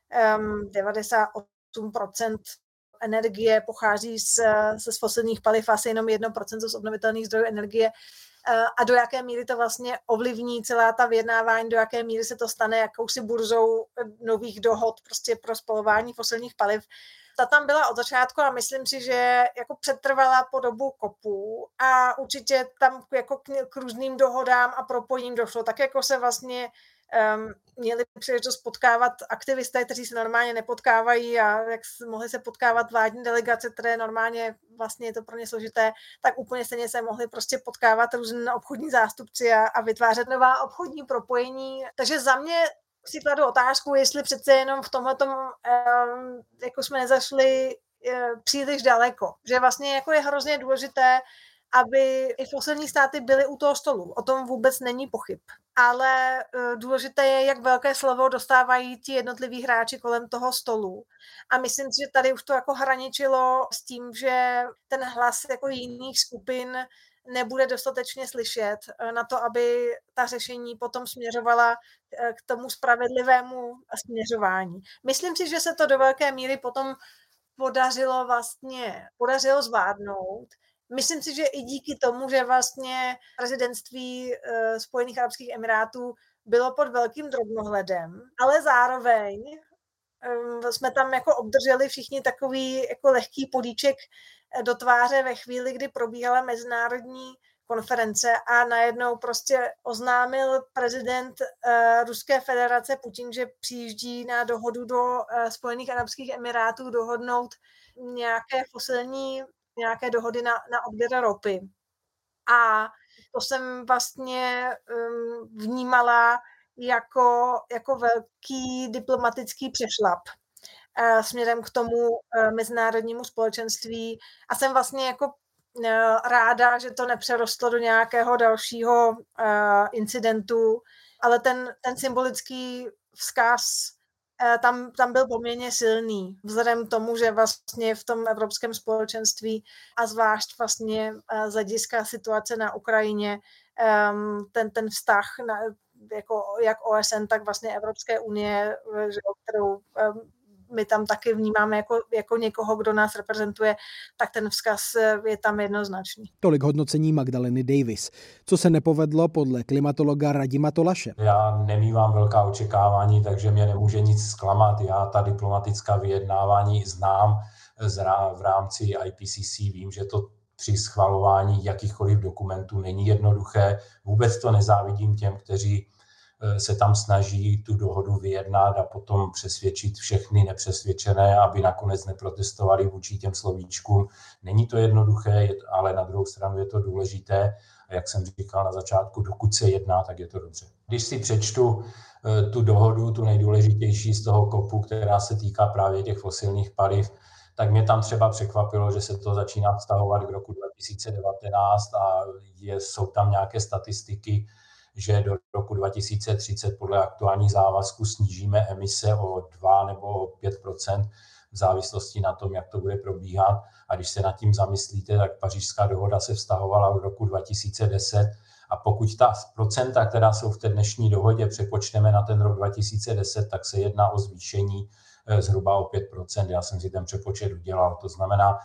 98% energie pochází z fosilních paliv, asi jenom 1% z obnovitelných zdrojů energie, a do jaké míry to vlastně ovlivní celá ta vyjednávání, do jaké míry se to stane jakousi burzou nových dohod prostě pro spalování fosilních paliv. Ta tam byla od začátku a myslím si, že jako přetrvala po dobu COPu a určitě tam jako k různým dohodám a propojením došlo. Tak jako se vlastně měli příležitost potkávat aktivisté, kteří se normálně nepotkávají a jak mohli se potkávat vládní delegace, které normálně vlastně je to pro ně složité, tak úplně stejně se mohli prostě potkávat různé obchodní zástupci a vytvářet nová obchodní propojení. Takže za mě si kladu otázku, jestli přece jenom v tomhletom jako jsme nezašli příliš daleko. Že vlastně jako je hrozně důležité, aby i fosilní státy byly u toho stolu. O tom vůbec není pochyb. Ale důležité je, jak velké slovo dostávají ti jednotliví hráči kolem toho stolu. A myslím si, že tady už to jako hraničilo s tím, že ten hlas jako jiných skupin nebude dostatečně slyšet na to, aby ta řešení potom směřovala k tomu spravedlivému směřování. Myslím si, že se to do velké míry potom podařilo zvládnout. Myslím si, že i díky tomu, že vlastně prezidentství Spojených arabských emirátů bylo pod velkým drobnohledem, ale zároveň jsme tam jako obdrželi všichni takový jako lehký políček do tváře ve chvíli, kdy probíhala mezinárodní konference a najednou prostě oznámil prezident Ruské federace Putin, že přijíždí na dohodu do Spojených arabských emirátů dohodnout nějaké dohody na odběr ropy. A to jsem vlastně vnímala jako velký diplomatický přešlap směrem k tomu mezinárodnímu společenství. A jsem vlastně jako ráda, že to nepřerostlo do nějakého dalšího incidentu, ale ten symbolický vzkaz tam byl poměrně silný, vzhledem tomu, že vlastně v tom evropském společenství a zvlášť vlastně z hlediska situace na Ukrajině ten vztah jako jak OSN, tak vlastně Evropské unie, kterou my tam taky vnímáme jako někoho, kdo nás reprezentuje, tak ten vzkaz je tam jednoznačný. Tolik hodnocení Magdaleny Davis. Co se nepovedlo podle klimatologa Radima Tolaše? Já nemývám velká očekávání, takže mě nemůže nic zklamat. Já ta diplomatická vyjednávání znám v rámci IPCC. Vím, že to při schvalování jakýchkoliv dokumentů není jednoduché. Vůbec to nezávidím těm, kteří se tam snaží tu dohodu vyjednat a potom přesvědčit všechny nepřesvědčené, aby nakonec neprotestovali vůči těm slovíčkům. Není to jednoduché, ale na druhou stranu je to důležité. A jak jsem říkal na začátku, dokud se jedná, tak je to dobře. Když si přečtu tu dohodu, tu nejdůležitější z toho kopu, která se týká právě těch fosilních paliv, tak mě tam třeba překvapilo, že se to začíná vztahovat k roku 2019 a jsou tam nějaké statistiky, že do roku 2030 podle aktuálních závazků snížíme emise o 2 nebo 5% v závislosti na tom, jak to bude probíhat. A když se nad tím zamyslíte, tak Pařížská dohoda se vztahovala do roku 2010 a pokud ta procenta, která jsou v té dnešní dohodě, přepočteme na ten rok 2010, tak se jedná o zvýšení zhruba o 5%. Já jsem si ten přepočet udělal. To znamená,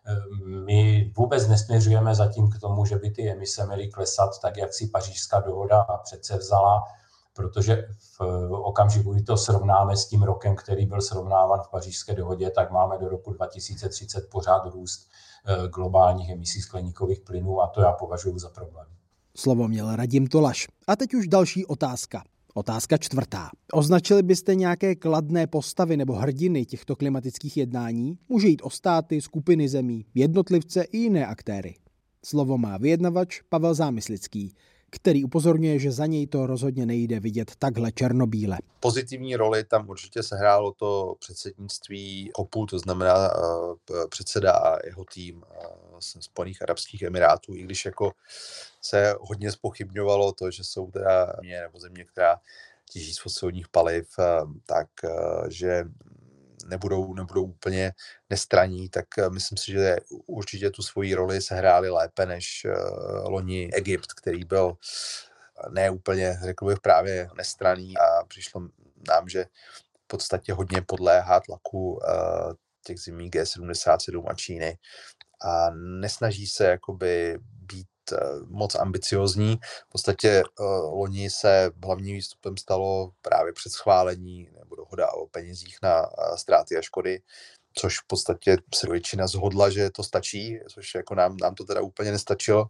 my vůbec nesměřujeme zatím k tomu, že by ty emise měly klesat tak, jak si Pařížská dohoda předsevzala, protože v okamžiku, kdy to srovnáme s tím rokem, který byl srovnáván v Pařížské dohodě, tak máme do roku 2030 pořád růst globálních emisí skleníkových plynů a to já považuji za problém. Slovo měl Radim Tolaš. A teď už další otázka. Otázka 4. Označili byste nějaké kladné postavy nebo hrdiny těchto klimatických jednání? Může jít o státy, skupiny zemí, jednotlivce i jiné aktéry. Slovo má vyjednavač Pavel Zámyslický, který upozorňuje, že za něj to rozhodně nejde vidět takhle černobíle. Pozitivní roli tam určitě sehrálo to předsednictví COPu, to znamená předseda a jeho tým Spojených arabských emirátů, i když jako se hodně zpochybňovalo to, že jsou teda země, která těží z fosilních paliv, tak že nebudou úplně nestranní, tak myslím si, že určitě tu svoji roli sehráli lépe než loni Egypt, který byl neúplně, řekl bych, právě nestranný a přišlo nám, že v podstatě hodně podléhá tlaku těch zemí G77 a Číny a nesnaží se jakoby být moc ambiciozní. V podstatě loni se hlavním výstupem stalo právě před schválení nebo dohoda o penězích na ztráty a škody, což v podstatě se většina shodla, že to stačí, což jako nám to teda úplně nestačilo.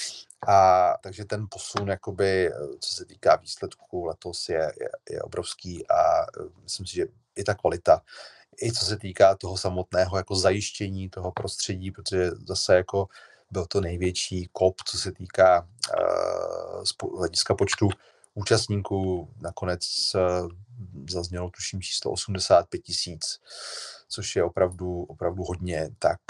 A takže ten posun, jakoby, co se týká výsledků letos, je obrovský a myslím si, že i ta kvalita, i co se týká toho samotného jako zajištění toho prostředí, protože zase jako byl to největší COP, co se týká hlediska počtu účastníků. Nakonec zaznělo tuším číslo 85 000, což je opravdu hodně. Tak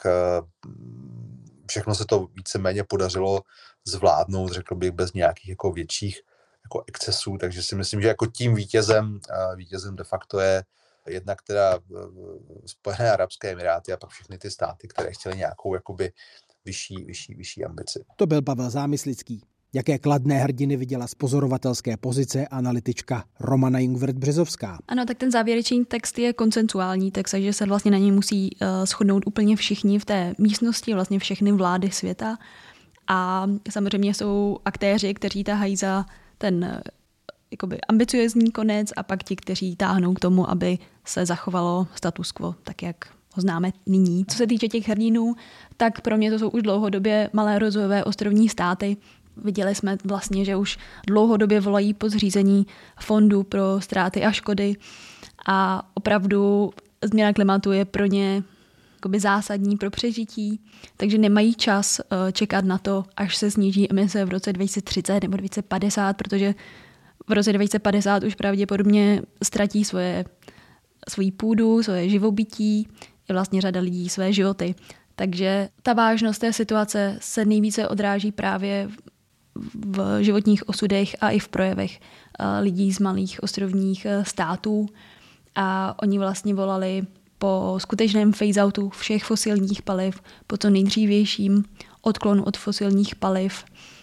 všechno se to víceméně podařilo zvládnout, řekl bych, bez nějakých jako větších jako excesů, takže si myslím, že jako tím vítězem de facto je jednak teda Spojené arabské emiráty a pak všechny ty státy, které chtěly nějakou jakoby vyšší ambici. To byl Pavel Zámyslický. Jaké kladné hrdiny viděla z pozorovatelské pozice analytička Romana Jungwirth-Březovská? Ano, tak ten závěrečný text je konsensuální text, takže se vlastně na něj musí shodnout úplně všichni v té místnosti, vlastně všechny vlády světa. A samozřejmě jsou aktéři, kteří tahají za ten jakoby ambiciozní konec a pak ti, kteří táhnou k tomu, aby se zachovalo status quo, tak jak ho známe nyní. Co se týče těch hrdinů, tak pro mě to jsou už dlouhodobě malé rozvojové ostrovní státy. Viděli jsme vlastně, že už dlouhodobě volají po zřízení fondu pro ztráty a škody a opravdu změna klimatu je pro ně jakoby zásadní pro přežití, takže nemají čas čekat na to, až se sníží emise v roce 2030 nebo 2050, protože v roce 2050 už pravděpodobně ztratí svoji půdu, svoje živobytí i vlastně řada lidí své životy. Takže ta vážnost té situace se nejvíce odráží právě v životních osudech a i v projevech lidí z malých ostrovních států. A oni vlastně volali po skutečném phase-outu všech fosilních paliv, po co nejdřívějším odklonu od fosilních paliv.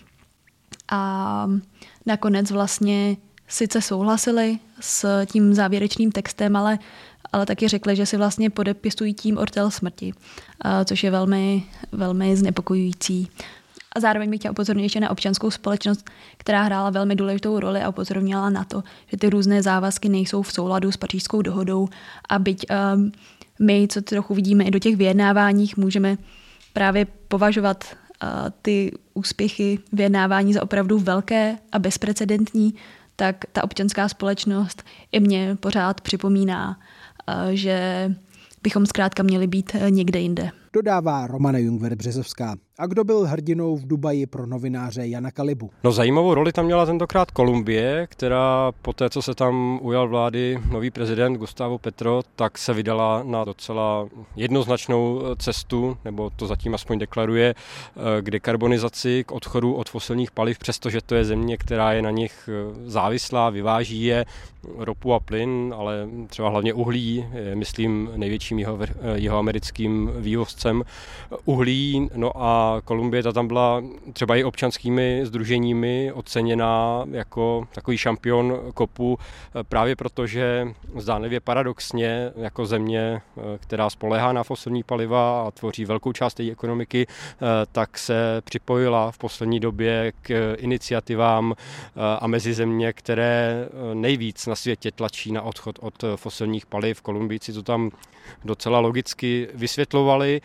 A nakonec vlastně sice souhlasili s tím závěrečným textem, ale taky řekli, že si vlastně podepisují tím ortel smrti, což je velmi, velmi znepokojující. A zároveň bych chtěla upozornit ještě na občanskou společnost, která hrála velmi důležitou roli a upozornila na to, že ty různé závazky nejsou v souladu s Pařížskou dohodou a byť my, co trochu vidíme i do těch vyjednáváních, můžeme právě považovat ty úspěchy vyjednávání za opravdu velké a bezprecedentní, tak ta občanská společnost i mě pořád připomíná, že bychom zkrátka měli být někde jinde. Dodává Romana Jungwirth-Březovská. A kdo byl hrdinou v Dubaji pro novináře Jana Kalibu? No, zajímavou roli tam měla tentokrát Kolumbie, která po té, co se tam ujal vlády nový prezident Gustavo Petro, tak se vydala na docela jednoznačnou cestu, nebo to zatím aspoň deklaruje, k dekarbonizaci, k odchodu od fosilních paliv, přestože to je země, která je na nich závislá, vyváží je ropu a plyn, ale třeba hlavně uhlí, je, myslím, největším jihoamerickým vývozcem uhlí. No a Kolumbie ta tam byla třeba i občanskými sdruženími oceněná jako takový šampion kopu právě proto, že zdánlivě paradoxně jako země, která spoléhá na fosilní paliva a tvoří velkou část její ekonomiky, tak se připojila v poslední době k iniciativám a mezi země, které nejvíc na světě tlačí na odchod od fosilních paliv. Kolumbijci to tam docela logicky vysvětlovali,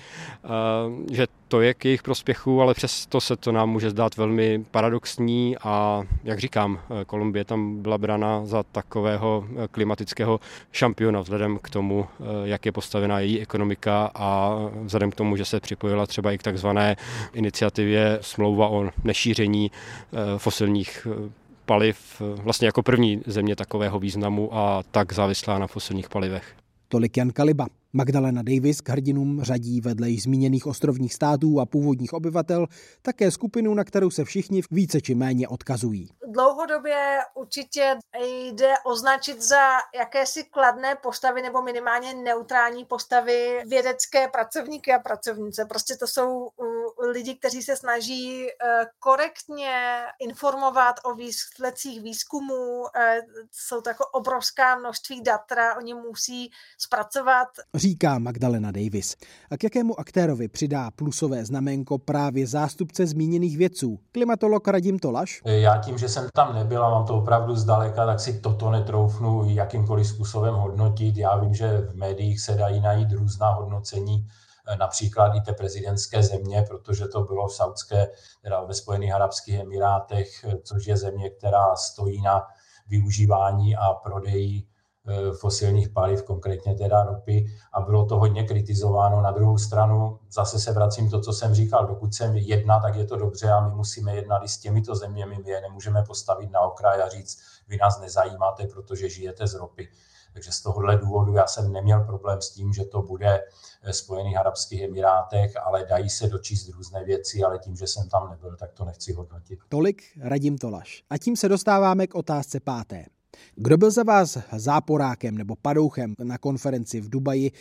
že to je k jejich prospěchu, ale přesto se to nám může zdát velmi paradoxní a, jak říkám, Kolumbie tam byla brána za takového klimatického šampiona vzhledem k tomu, jak je postavená její ekonomika a vzhledem k tomu, že se připojila třeba i k takzvané iniciativě smlouva o nešíření fosilních paliv, vlastně jako první země takového významu a tak závislá na fosilních palivech. Tolik Jan Kaliba. Magdalena Davis k hrdinům řadí vedle již zmíněných ostrovních států a původních obyvatel také skupinu, na kterou se všichni více či méně odkazují. Dlouhodobě určitě jde označit za jakési kladné postavy nebo minimálně neutrální postavy vědecké pracovníky a pracovnice. Prostě to jsou lidi, kteří se snaží korektně informovat o výsledcích výzkumů. Jsou to jako obrovská množství dat, která oni musí zpracovat. Říká Magdalena Davis. A k jakému aktérovi přidá plusové znaménko právě zástupce zmíněných vědců? Klimatolog Radim Tolaš? Já tím, že jsem tam nebyl a mám to opravdu zdaleka, tak si toto netroufnu jakýmkoliv způsobem hodnotit. Já vím, že v médiích se dají najít různá hodnocení, například i té prezidentské země, protože to bylo v ve Spojených arabských emirátech, což je země, která stojí na využívání a prodeji fosilních paliv, konkrétně teda ropy, a bylo to hodně kritizováno. Na druhou stranu zase se vracím to, co jsem říkal, dokud jsem jedná, tak je to dobře a my musíme jednat i s těmito zeměmi, my je nemůžeme postavit na okraj a říct, vy nás nezajímáte, protože žijete z ropy. Takže z tohohle důvodu já jsem neměl problém s tím, že to bude v Spojených arabských emirátech, ale dají se dočíst různé věci, ale tím, že jsem tam nebyl, tak to nechci hodnotit. Tolik Radim Tolaš. A tím se dostáváme k otázce páté. Kdo byl za vás záporákem nebo padouchem na konferenci v Dubaji?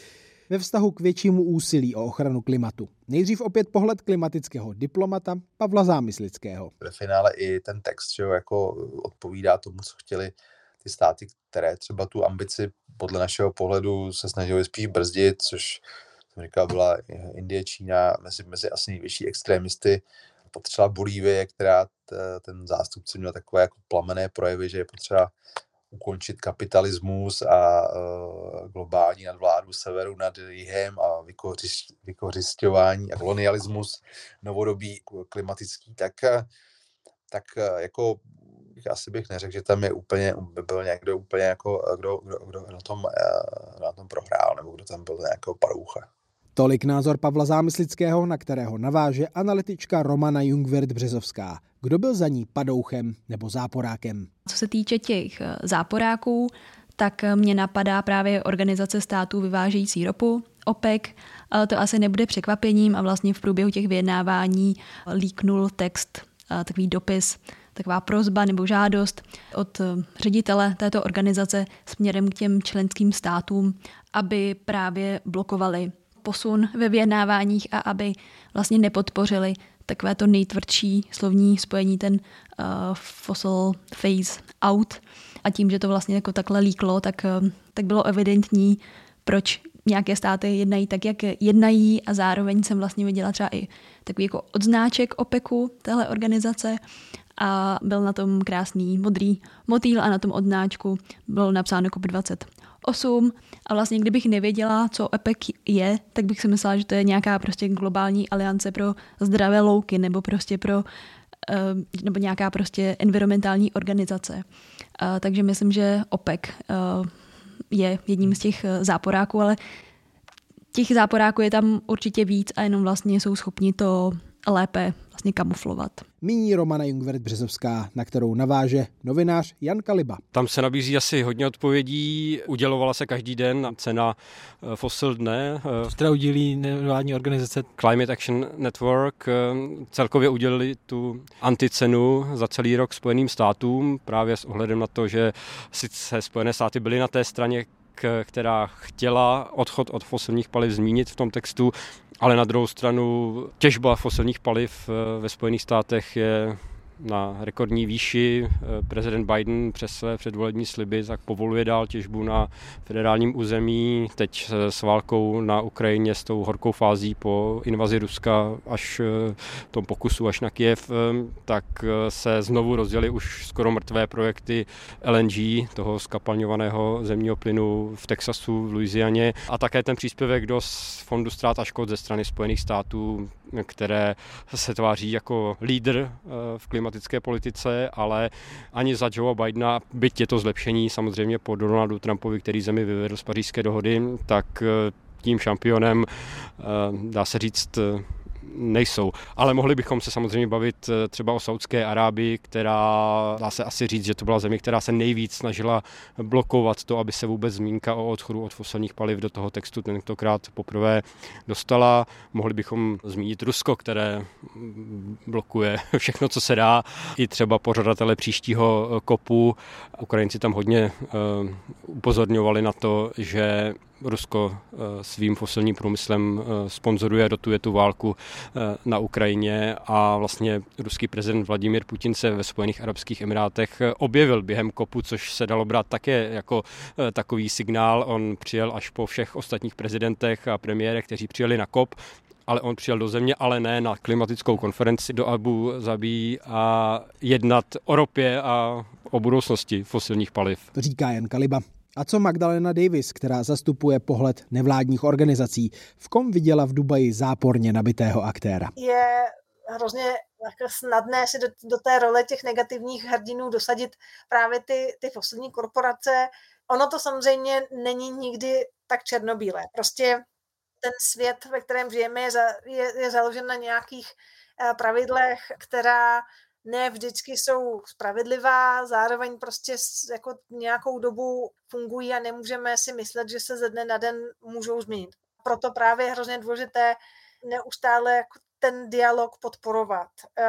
ve vztahu k většímu úsilí o ochranu klimatu. Nejdřív opět pohled klimatického diplomata Pavla Zámyslického. Ve finále i ten text, že jo, jako odpovídá tomu, co chtěli ty státy, které třeba tu ambici podle našeho pohledu se snažili spíš brzdit, což jsem říkal, byla Indie, Čína, mezi asi největší extrémisty. Potřeba Bolívie, která ten zástupce měl takové jako plamené projevy, že je potřeba ukončit kapitalismus a globální nadvládu severu nad jihem a vykořisťování a kolonialismus novodobí klimatický, tak jako asi bych neřekl, že tam je úplně, byl někdo úplně jako, kdo na tom prohrál, nebo kdo tam byl nějakého paroucha. Tolik názor Pavla Zámyslického, na kterého naváže analytička Romana Jungwirth-Březovská. Kdo byl za ní padouchem nebo záporákem? Co se týče těch záporáků, tak mě napadá právě Organizace států vyvážející ropu, OPEC. To asi nebude překvapením a vlastně v průběhu těch vyjednávání líknul text, takový dopis, taková prosba nebo žádost od ředitele této organizace směrem k těm členským státům, aby právě blokovali posun ve vyjednáváních a aby vlastně nepodpořili takové to nejtvrdší slovní spojení, ten fossil phase out. A tím, že to vlastně jako takhle líklo, tak bylo evidentní, proč nějaké státy jednají tak, jak jednají, a zároveň jsem vlastně viděla třeba i takový jako odznáček OPECu, téhle organizace, a byl na tom krásný modrý motýl a na tom odznáčku bylo napsáno COP28 a vlastně kdybych nevěděla, co OPEC je, tak bych si myslela, že to je nějaká prostě globální aliance pro zdravé louky nebo prostě nebo nějaká prostě environmentální organizace. Takže myslím, že OPEC je jedním z těch záporáků, ale těch záporáků je tam určitě víc a jenom vlastně jsou schopni to lépe vlastně kamuflovat. Míní Romana Jungwirth-Březovská, na kterou naváže novinář Jan Kaliba. Tam se nabízí asi hodně odpovědí. Udělovala se každý den cena Fossil dne. Která udílí nevládní organizace Climate Action Network. Celkově udělili tu anticenu za celý rok Spojeným státům, právě s ohledem na to, že sice Spojené státy byly na té straně, která chtěla odchod od fosilních paliv zmínit v tom textu, ale na druhou stranu těžba fosilních paliv ve Spojených státech je na rekordní výši. Prezident Biden přes své předvolební sliby tak povoluje dál těžbu na federálním území. Teď s válkou na Ukrajině, s tou horkou fází po invazi Ruska až tom pokusu až na Kyjev, tak se znovu rozjeli už skoro mrtvé projekty LNG, toho skapalňovaného zemního plynu v Texasu, v Louisianě, a také ten příspěvek do Fondu ztrát a škod ze strany Spojených států, které se tváří jako lídr v klimatické politice, ale ani za Joea Bidena, byť je to zlepšení samozřejmě po Donaldu Trumpovi, který zemi vyvedl z Pařížské dohody, tak tím šampionem, dá se říct, nejsou. Ale mohli bychom se samozřejmě bavit třeba o Saudské Arábii, která, dá se asi říct, že to byla země, která se nejvíc snažila blokovat to, aby se vůbec zmínka o odchodu od fosilních paliv do toho textu tentokrát poprvé dostala. Mohli bychom zmínit Rusko, které blokuje všechno, co se dá. I třeba pořadatele příštího COPu. Ukrajinci tam hodně upozorňovali na to, že Rusko svým fosilním průmyslem sponzoruje, dotuje tu válku na Ukrajině, a vlastně ruský prezident Vladimír Putin se ve Spojených arabských emirátech objevil během COPu, což se dalo brát také jako takový signál. On přijel až po všech ostatních prezidentech a premiérech, kteří přijeli na COP, ale on přijel do země, ale ne na klimatickou konferenci do Abu Zabí a jednat o ropě a o budoucnosti fosilních paliv. To říká Jan Kaliba. A co Magdalena Davis, která zastupuje pohled nevládních organizací? V kom viděla v Dubaji záporně nabitého aktéra? Je hrozně jako snadné si do té role těch negativních hrdinů dosadit právě ty fosilní korporace. Ono to samozřejmě není nikdy tak černobílé. Prostě ten svět, ve kterém žijeme, je založen na nějakých pravidlech, která ne vždycky jsou spravedlivá, zároveň prostě jako nějakou dobu fungují a nemůžeme si myslet, že se ze dne na den můžou změnit. Proto právě je hrozně důležité neustále jako ten dialog podporovat.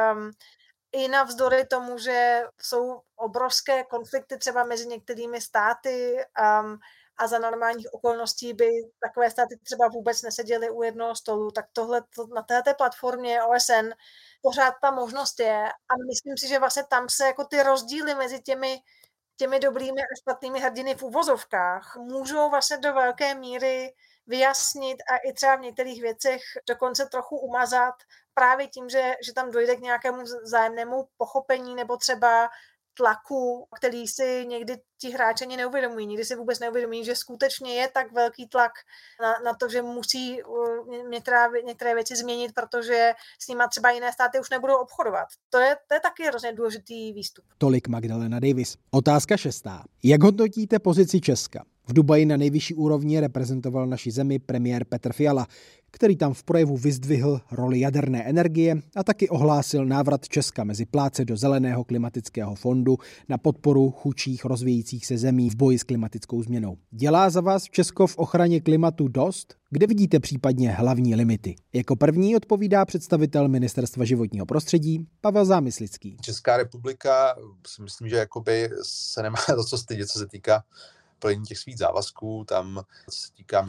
I navzdory tomu, že jsou obrovské konflikty třeba mezi některými státy a za normálních okolností by takové státy třeba vůbec neseděly u jednoho stolu, tak tohle na této platformě OSN pořád ta možnost je a myslím si, že vlastně tam se jako ty rozdíly mezi těmi dobrými a špatnými hrdiny v uvozovkách můžou vlastně do velké míry vyjasnit a i třeba v některých věcech dokonce trochu umazat právě tím, že tam dojde k nějakému vzájemnému pochopení nebo třeba tlaku, který si někdy ti hráči ani neuvědomují. Nikdy si vůbec neuvědomují, že skutečně je tak velký tlak na to, že musí některé věci změnit, protože s nimi třeba jiné státy už nebudou obchodovat. To je taky hrozně důležitý výstup. Tolik Magdalena Davis. Otázka 6. Jak hodnotíte pozici Česka? V Dubaji na nejvyšší úrovni reprezentoval naši zemi premiér Petr Fiala, který tam v projevu vyzdvihl roli jaderné energie a taky ohlásil návrat Česka mezi plátce do Zeleného klimatického fondu na podporu chudších rozvíjejících se zemí v boji s klimatickou změnou. Dělá za vás Česko v ochraně klimatu dost? Kde vidíte případně hlavní limity? Jako první odpovídá představitel Ministerstva životního prostředí Pavel Zámyslický. Česká republika si myslím, že jakoby se nemá za co stydět, co se týká plnění těch svých závazků. Tam, co se týká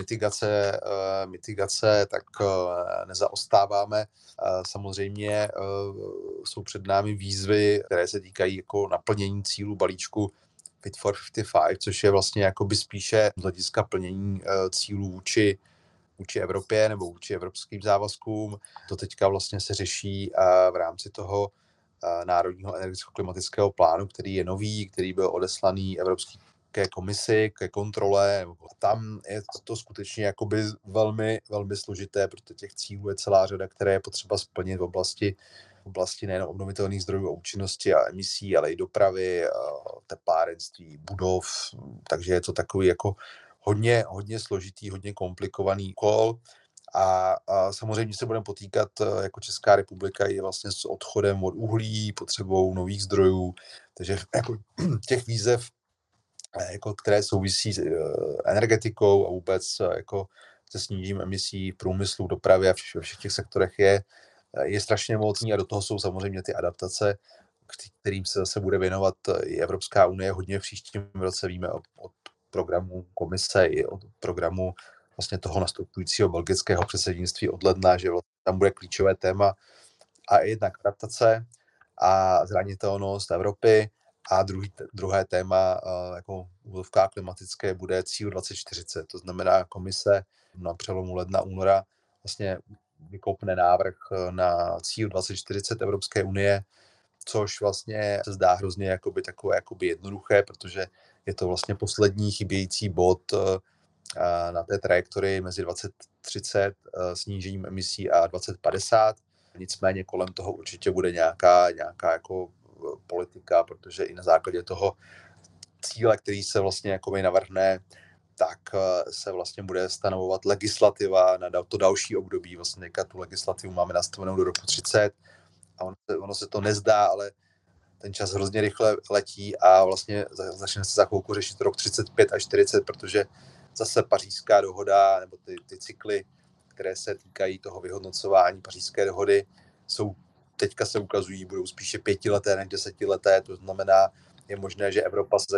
mitigace, tak nezaostáváme. Samozřejmě jsou před námi výzvy, které se týkají jako naplnění cílů balíčku Fit for 55, což je vlastně jakoby spíše z hlediska plnění cílů vůči Evropě nebo vůči evropským závazkům. To teďka vlastně se řeší v rámci toho národního energeticko-klimatického plánu, který je nový, který byl odeslaný Evropské komisi, ke kontrole. Tam je to skutečně jakoby velmi, velmi složité, protože těch cílů je celá řada, které je potřeba splnit v oblasti nejen obnovitelných zdrojů a účinnosti a emisí, ale i dopravy, teplárenství, budov. Takže je to takový jako hodně složitý, hodně komplikovaný úkol. A samozřejmě se budeme potýkat jako Česká republika i vlastně s odchodem od uhlí, potřebou nových zdrojů. Takže jako těch výzev, jako které souvisí s energetikou a vůbec jako se snížením emisí v průmyslu, dopravy a ve všech těch sektorech je strašně moc a do toho jsou samozřejmě ty adaptace, kterým se zase bude věnovat i Evropská unie hodně v příštím roce. Víme od programu komise i od programu vlastně toho nastupujícího belgického předsednictví od ledna, že vlastně tam bude klíčové téma a jednak adaptace a zranitelnost Evropy. A druhé téma, jako úvodovka klimatické, bude cíl 2040. To znamená, komise na přelomu ledna února vlastně vykopne návrh na cíl 2040 Evropské unie, což vlastně se zdá hrozně takové jednoduché, protože je to vlastně poslední chybějící bod na té trajektorii mezi 2030 snížením emisí a 2050. Nicméně kolem toho určitě bude nějaká jako politika, protože i na základě toho cíle, který se vlastně jakoby navrhne, tak se vlastně bude stanovovat legislativa na to další období. Vlastně tu legislativu máme nastavenou do roku 30 a ono se to nezdá, ale ten čas hrozně rychle letí a vlastně začne se za chvilku řešit rok 35 a 40, protože zase Pařížská dohoda nebo ty cykly, které se týkají toho vyhodnocování Pařížské dohody, teďka se ukazují, budou spíše 5leté než 10leté, to znamená, je možné, že Evropa se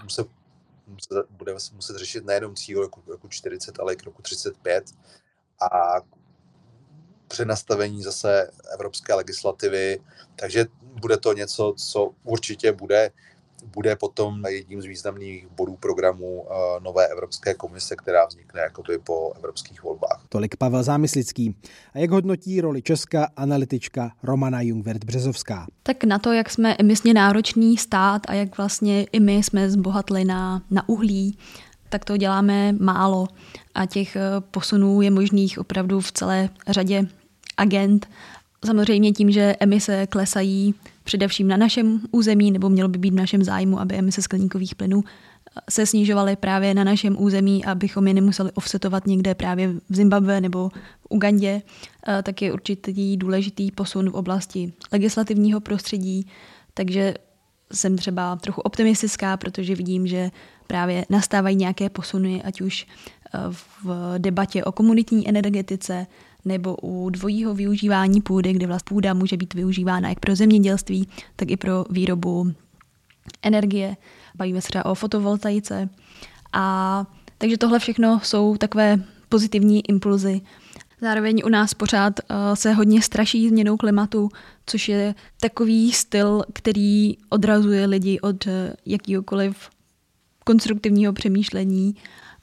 bude muset řešit nejenom cíl roku 40, ale i k roku 35 a přenastavení zase evropské legislativy, takže bude to něco, co určitě bude potom jedním z významných bodů programu nové Evropské komise, která vznikne jakoby po evropských volbách. Tolik Pavel Zámyslický. A jak hodnotí roli Česka analytička Romana Jungwirth-Březovská? Tak na to, jak jsme emisně náročný stát a jak vlastně i my jsme zbohatli na uhlí, tak to děláme málo. A těch posunů je možných opravdu v celé řadě agend. Samozřejmě tím, že emise klesají především na našem území, nebo mělo by být v našem zájmu, aby emise skleníkových plynů se snižovaly právě na našem území, abychom je nemuseli offsetovat někde právě v Zimbabwe nebo v Ugandě, tak je určitý důležitý posun v oblasti legislativního prostředí, takže jsem třeba trochu optimistická, protože vidím, že právě nastávají nějaké posuny, ať už v debatě o komunitní energetice, nebo u dvojího využívání půdy, kde vlastně půda může být využívána jak pro zemědělství, tak i pro výrobu energie. Bavíme se třeba o fotovoltaice. A Takže tohle všechno jsou takové pozitivní impulzy. Zároveň u nás pořád se hodně straší změnou klimatu, což je takový styl, který odrazuje lidi od jakýkoliv konstruktivního přemýšlení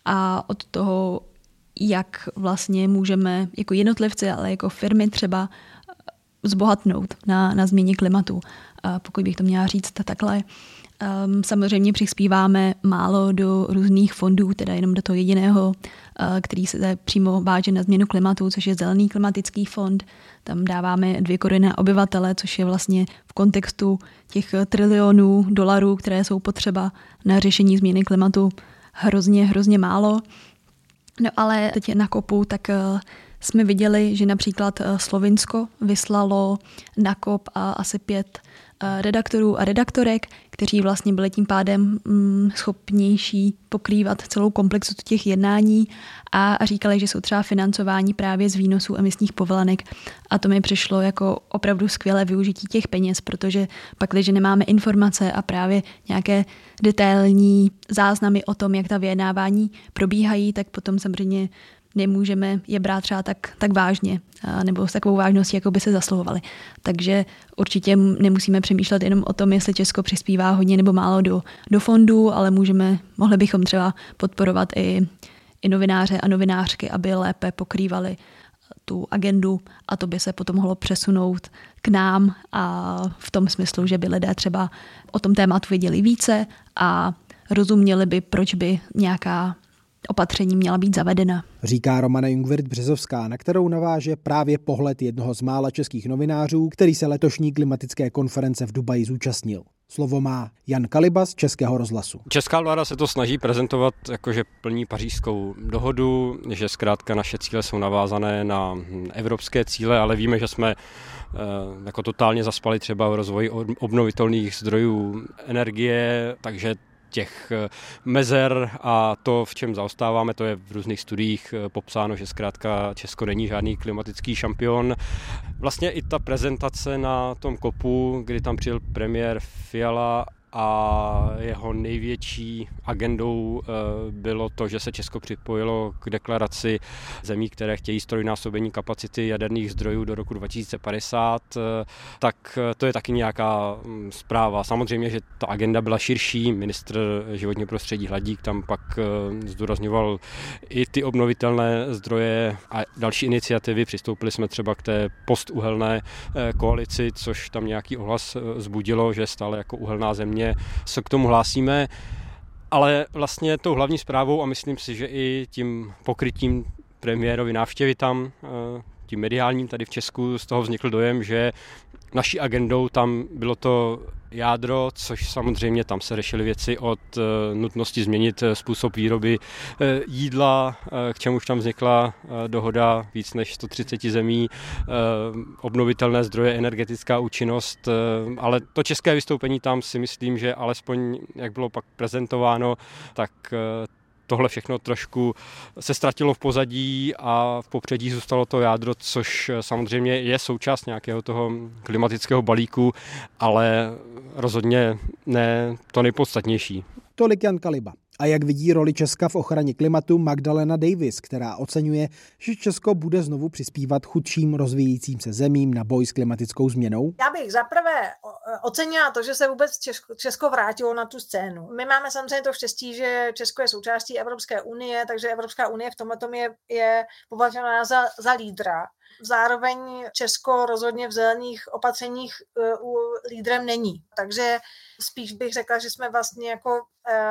a od toho, jak vlastně můžeme jako jednotlivci, ale jako firmy třeba zbohatnout na změně klimatu, pokud bych to měla říct takhle. Samozřejmě přispíváme málo do různých fondů, teda jenom do toho jediného, který se přímo váže na změnu klimatu, což je Zelený klimatický fond. Tam dáváme 2 koruny na obyvatele, což je vlastně v kontextu těch trilionů dolarů, které jsou potřeba na řešení změny klimatu, hrozně málo. No ale teď na COPu tak jsme viděli, že například Slovinsko vyslalo na COP asi 5 redaktorů a redaktorek, kteří vlastně byli tím pádem schopnější pokrývat celou komplexitu těch jednání a říkali, že jsou třeba financováni právě z výnosů emisních povolenek. A to mi přišlo jako opravdu skvělé využití těch peněz, protože pak, když nemáme informace a právě nějaké detailní záznamy o tom, jak ta vyjednávání probíhají, tak potom samozřejmě nemůžeme je brát třeba tak vážně nebo s takovou vážností, jako by se zasluhovali. Takže určitě nemusíme přemýšlet jenom o tom, jestli Česko přispívá hodně nebo málo do fondů, ale mohli bychom třeba podporovat i novináře a novinářky, aby lépe pokrývali tu agendu a to by se potom mohlo přesunout k nám a v tom smyslu, že by lidé třeba o tom tématu věděli více a rozuměli by, proč by nějaká opatření měla být zavedena. Říká Romana Jungwirth-Březovská, na kterou naváže právě pohled jednoho z mála českých novinářů, který se letošní klimatické konference v Dubaji zúčastnil. Slovo má Jan Kaliba z Českého rozhlasu. Česká vláda se to snaží prezentovat jako, že plní Pařížskou dohodu, že zkrátka naše cíle jsou navázané na evropské cíle, ale víme, že jsme jako totálně zaspali třeba v rozvoji obnovitelných zdrojů energie, takže těch mezer a to, v čem zaostáváme, to je v různých studiích popsáno, že zkrátka Česko není žádný klimatický šampion. Vlastně i ta prezentace na tom COPu, kdy tam přijel premiér Fiala a jeho největší agendou bylo to, že se Česko připojilo k deklaraci zemí, které chtějí ztrojnásobení kapacity jaderných zdrojů do roku 2050, tak to je taky nějaká zpráva. Samozřejmě, že ta agenda byla širší, ministr životního prostředí Hladík tam pak zdůrazňoval i ty obnovitelné zdroje a další iniciativy. Přistoupili jsme třeba k té postuhelné koalici, což tam nějaký ohlas vzbudilo, že stále jako uhelná země se k tomu hlásíme, ale vlastně tou hlavní zprávou a myslím si, že i tím pokrytím premiérovy návštěvy tam, tím mediálním tady v Česku, z toho vznikl dojem, že naší agendou tam bylo to jádro, což samozřejmě tam se řešily věci od nutnosti změnit způsob výroby jídla, k čemuž tam vznikla dohoda víc než 130 zemí, obnovitelné zdroje, energetická účinnost, ale to české vystoupení tam si myslím, že alespoň jak bylo pak prezentováno, tak tohle všechno trošku se ztratilo v pozadí a v popředí zůstalo to jádro, což samozřejmě je součást nějakého toho klimatického balíku, ale rozhodně ne to nejpodstatnější. Tolik Jan Kaliba. A jak vidí roli Česka v ochraně klimatu Magdalena Davis, která oceňuje, že Česko bude znovu přispívat chudším rozvíjejícím se zemím na boj s klimatickou změnou? Já bych zaprvé ocenila to, že se vůbec Česko vrátilo na tu scénu. My máme samozřejmě to štěstí, že Česko je součástí Evropské unie, takže Evropská unie v tomhletom je považována za lídra. Zároveň Česko rozhodně v zelených opatřeních lídrem není. Takže spíš bych řekla, že jsme vlastně jako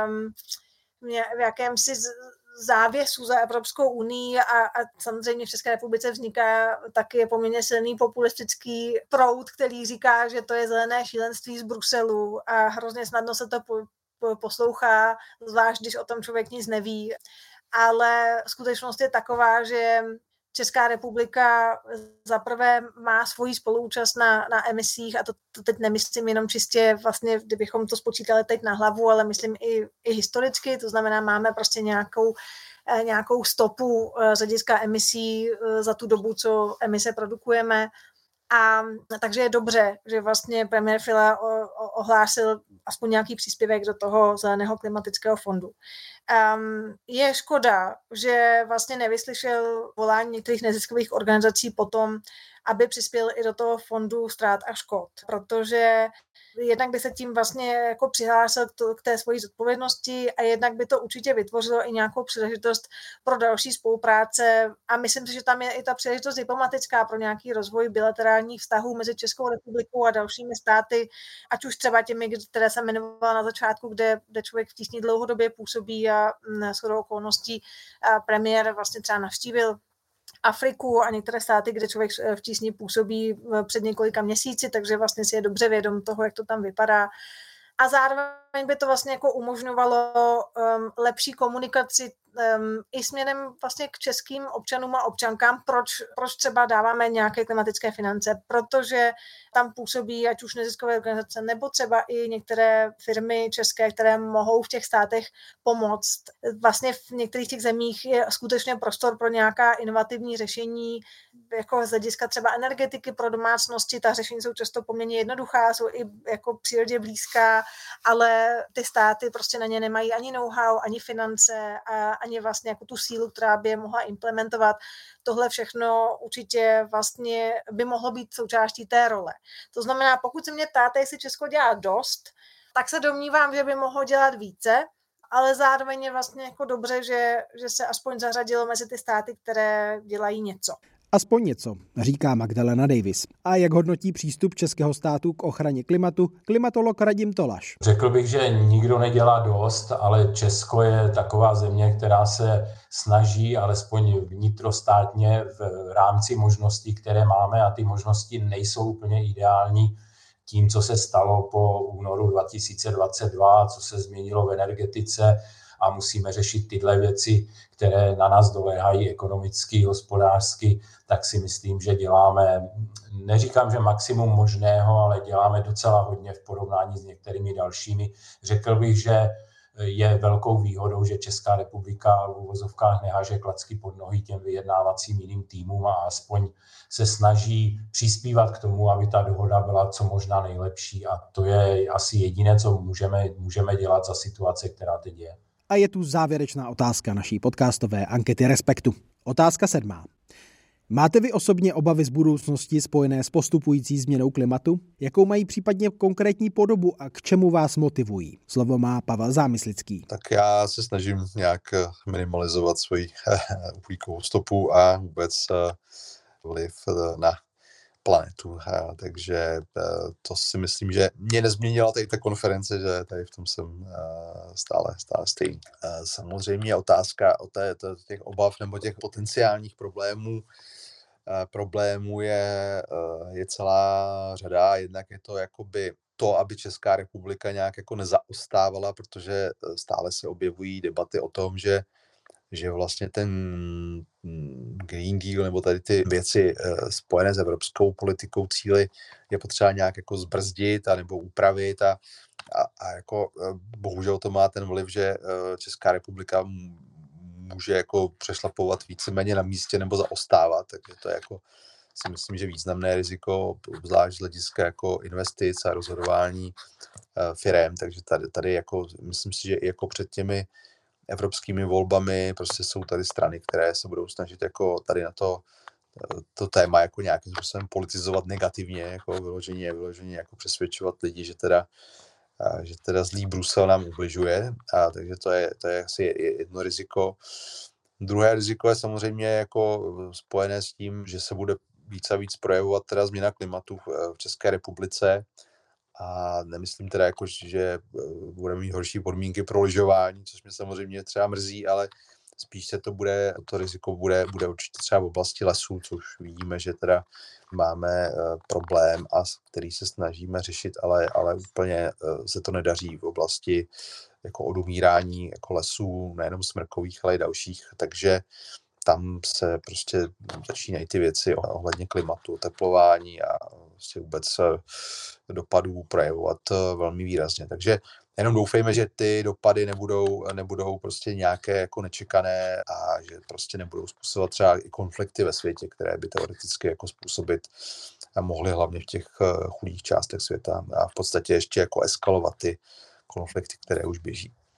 v jakémsi závěsu za Evropskou unii a samozřejmě v České republice vzniká taky poměrně silný populistický proud, který říká, že to je zelené šílenství z Bruselu a hrozně snadno se to poslouchá, zvlášť když o tom člověk nic neví. Ale skutečnost je taková, že Česká republika zaprvé má svoji spoluúčast na emisích a to teď nemyslím jenom čistě vlastně, kdybychom to spočítali teď na hlavu, ale myslím i historicky, to znamená, máme prostě nějakou stopu z hlediska emisí za tu dobu, co emise produkujeme. A takže je dobře, že vlastně premiér Fiala ohlásil aspoň nějaký příspěvek do toho zeleného klimatického fondu. Je škoda, že vlastně nevyslyšel volání některých neziskových organizací potom, aby přispěl i do toho fondu ztrát a škod, protože jednak by se tím vlastně jako přihlásil k té svojí zodpovědnosti a jednak by to určitě vytvořilo i nějakou příležitost pro další spolupráce a myslím si, že tam je i ta příležitost diplomatická pro nějaký rozvoj bilaterálních vztahů mezi Českou republikou a dalšími státy, ať už třeba těmi, které jsem jmenovala na začátku, kde člověk v tísni dlouhodobě působí a shodou okolností premiér vlastně třeba navštívil Afriku a některé státy, kde člověk v tísni působí před několika měsíci, takže vlastně si je dobře vědom toho, jak to tam vypadá. A zároveň by to vlastně jako umožňovalo lepší komunikaci i směrem vlastně k českým občanům a občankám, proč třeba dáváme nějaké klimatické finance, protože tam působí ať už neziskové organizace nebo třeba i některé firmy české, které mohou v těch státech pomoct. Vlastně v některých těch zemích je skutečně prostor pro nějaká inovativní řešení, jako z hlediska třeba energetiky pro domácnosti, ta řešení jsou často poměrně jednoduchá, jsou i jako přírodě blízká, ale ty státy prostě na ně nemají ani know-how, ani finance a ani vlastně jako tu sílu, která by je mohla implementovat. Tohle všechno určitě vlastně by mohlo být součástí té role. To znamená, pokud se mě ptáte, jestli Česko dělá dost, tak se domnívám, že by mohlo dělat více, ale zároveň je vlastně jako dobře, že se aspoň zařadilo mezi ty státy, které dělají něco. Aspoň něco, říká Magdalena Davis. A jak hodnotí přístup českého státu k ochraně klimatu klimatolog Radim Tolaš? Řekl bych, že nikdo nedělá dost, ale Česko je taková země, která se snaží alespoň vnitrostátně v rámci možností, které máme, a ty možnosti nejsou úplně ideální tím, co se stalo po únoru 2022, co se změnilo v energetice, a musíme řešit tyhle věci, které na nás doléhají ekonomicky, hospodářsky, tak si myslím, že děláme, neříkám, že maximum možného, ale děláme docela hodně v porovnání s některými dalšími. Řekl bych, že je velkou výhodou, že Česká republika v uvozovkách neháže klacky pod nohy těm vyjednávacím jiným týmům a aspoň se snaží přispívat k tomu, aby ta dohoda byla co možná nejlepší, a to je asi jediné, co můžeme dělat za situace, která teď je. A je tu závěrečná otázka naší podcastové ankety Respektu. Otázka 7. Máte vy osobně obavy z budoucnosti spojené s postupující změnou klimatu? Jakou mají případně konkrétní podobu a k čemu vás motivují? Slovo má Pavel Zámyslický. Tak já se snažím nějak minimalizovat svoji uhlíkovou stopu a vůbec vliv na planetu. Takže to si myslím, že mě nezměnila tady ta konference, že tady v tom jsem stále stejný. Samozřejmě otázka o těch obav nebo těch potenciálních problémů je celá řada. Jednak je to jakoby to, aby Česká republika nějak jako nezaostávala, protože stále se objevují debaty o tom, že vlastně ten Green Deal nebo tady ty věci spojené s evropskou politikou cíli je potřeba nějak jako zbrzdit a nebo upravit a jako bohužel to má ten vliv, že Česká republika může jako přešlapovat víceméně na místě nebo zaostávat, takže to je jako si myslím, že významné riziko, zvlášť z hlediska jako investic a rozhodování firem, takže tady jako myslím si, že i jako před těmi evropskými volbami prostě jsou tady strany, které se budou snažit jako tady na to téma jako nějakým způsobem politizovat negativně, jako vyloženě jako přesvědčovat lidi, že teda zlý Brusel nám ubližuje, a takže to je asi jedno riziko. Druhé riziko je samozřejmě jako spojené s tím, že se bude víc a víc projevovat teda změna klimatu v České republice. A nemyslím teda jako, že budeme mít horší podmínky pro lyžování, což mě samozřejmě třeba mrzí, ale spíš to riziko bude určitě třeba v oblasti lesů, což vidíme, že teda máme problém, a který se snažíme řešit, ale úplně se to nedaří v oblasti jako odumírání jako lesů, nejenom smrkových, ale i dalších, takže tam se prostě začínají ty věci ohledně klimatu, oteplování a prostě vůbec dopadů projevovat velmi výrazně. Takže jenom doufejme, že ty dopady nebudou prostě nějaké jako nečekané a že prostě nebudou způsobovat třeba i konflikty ve světě, které by teoreticky jako způsobit a mohly hlavně v těch chudých částech světa a v podstatě ještě jako eskalovat ty konflikty, které už běží.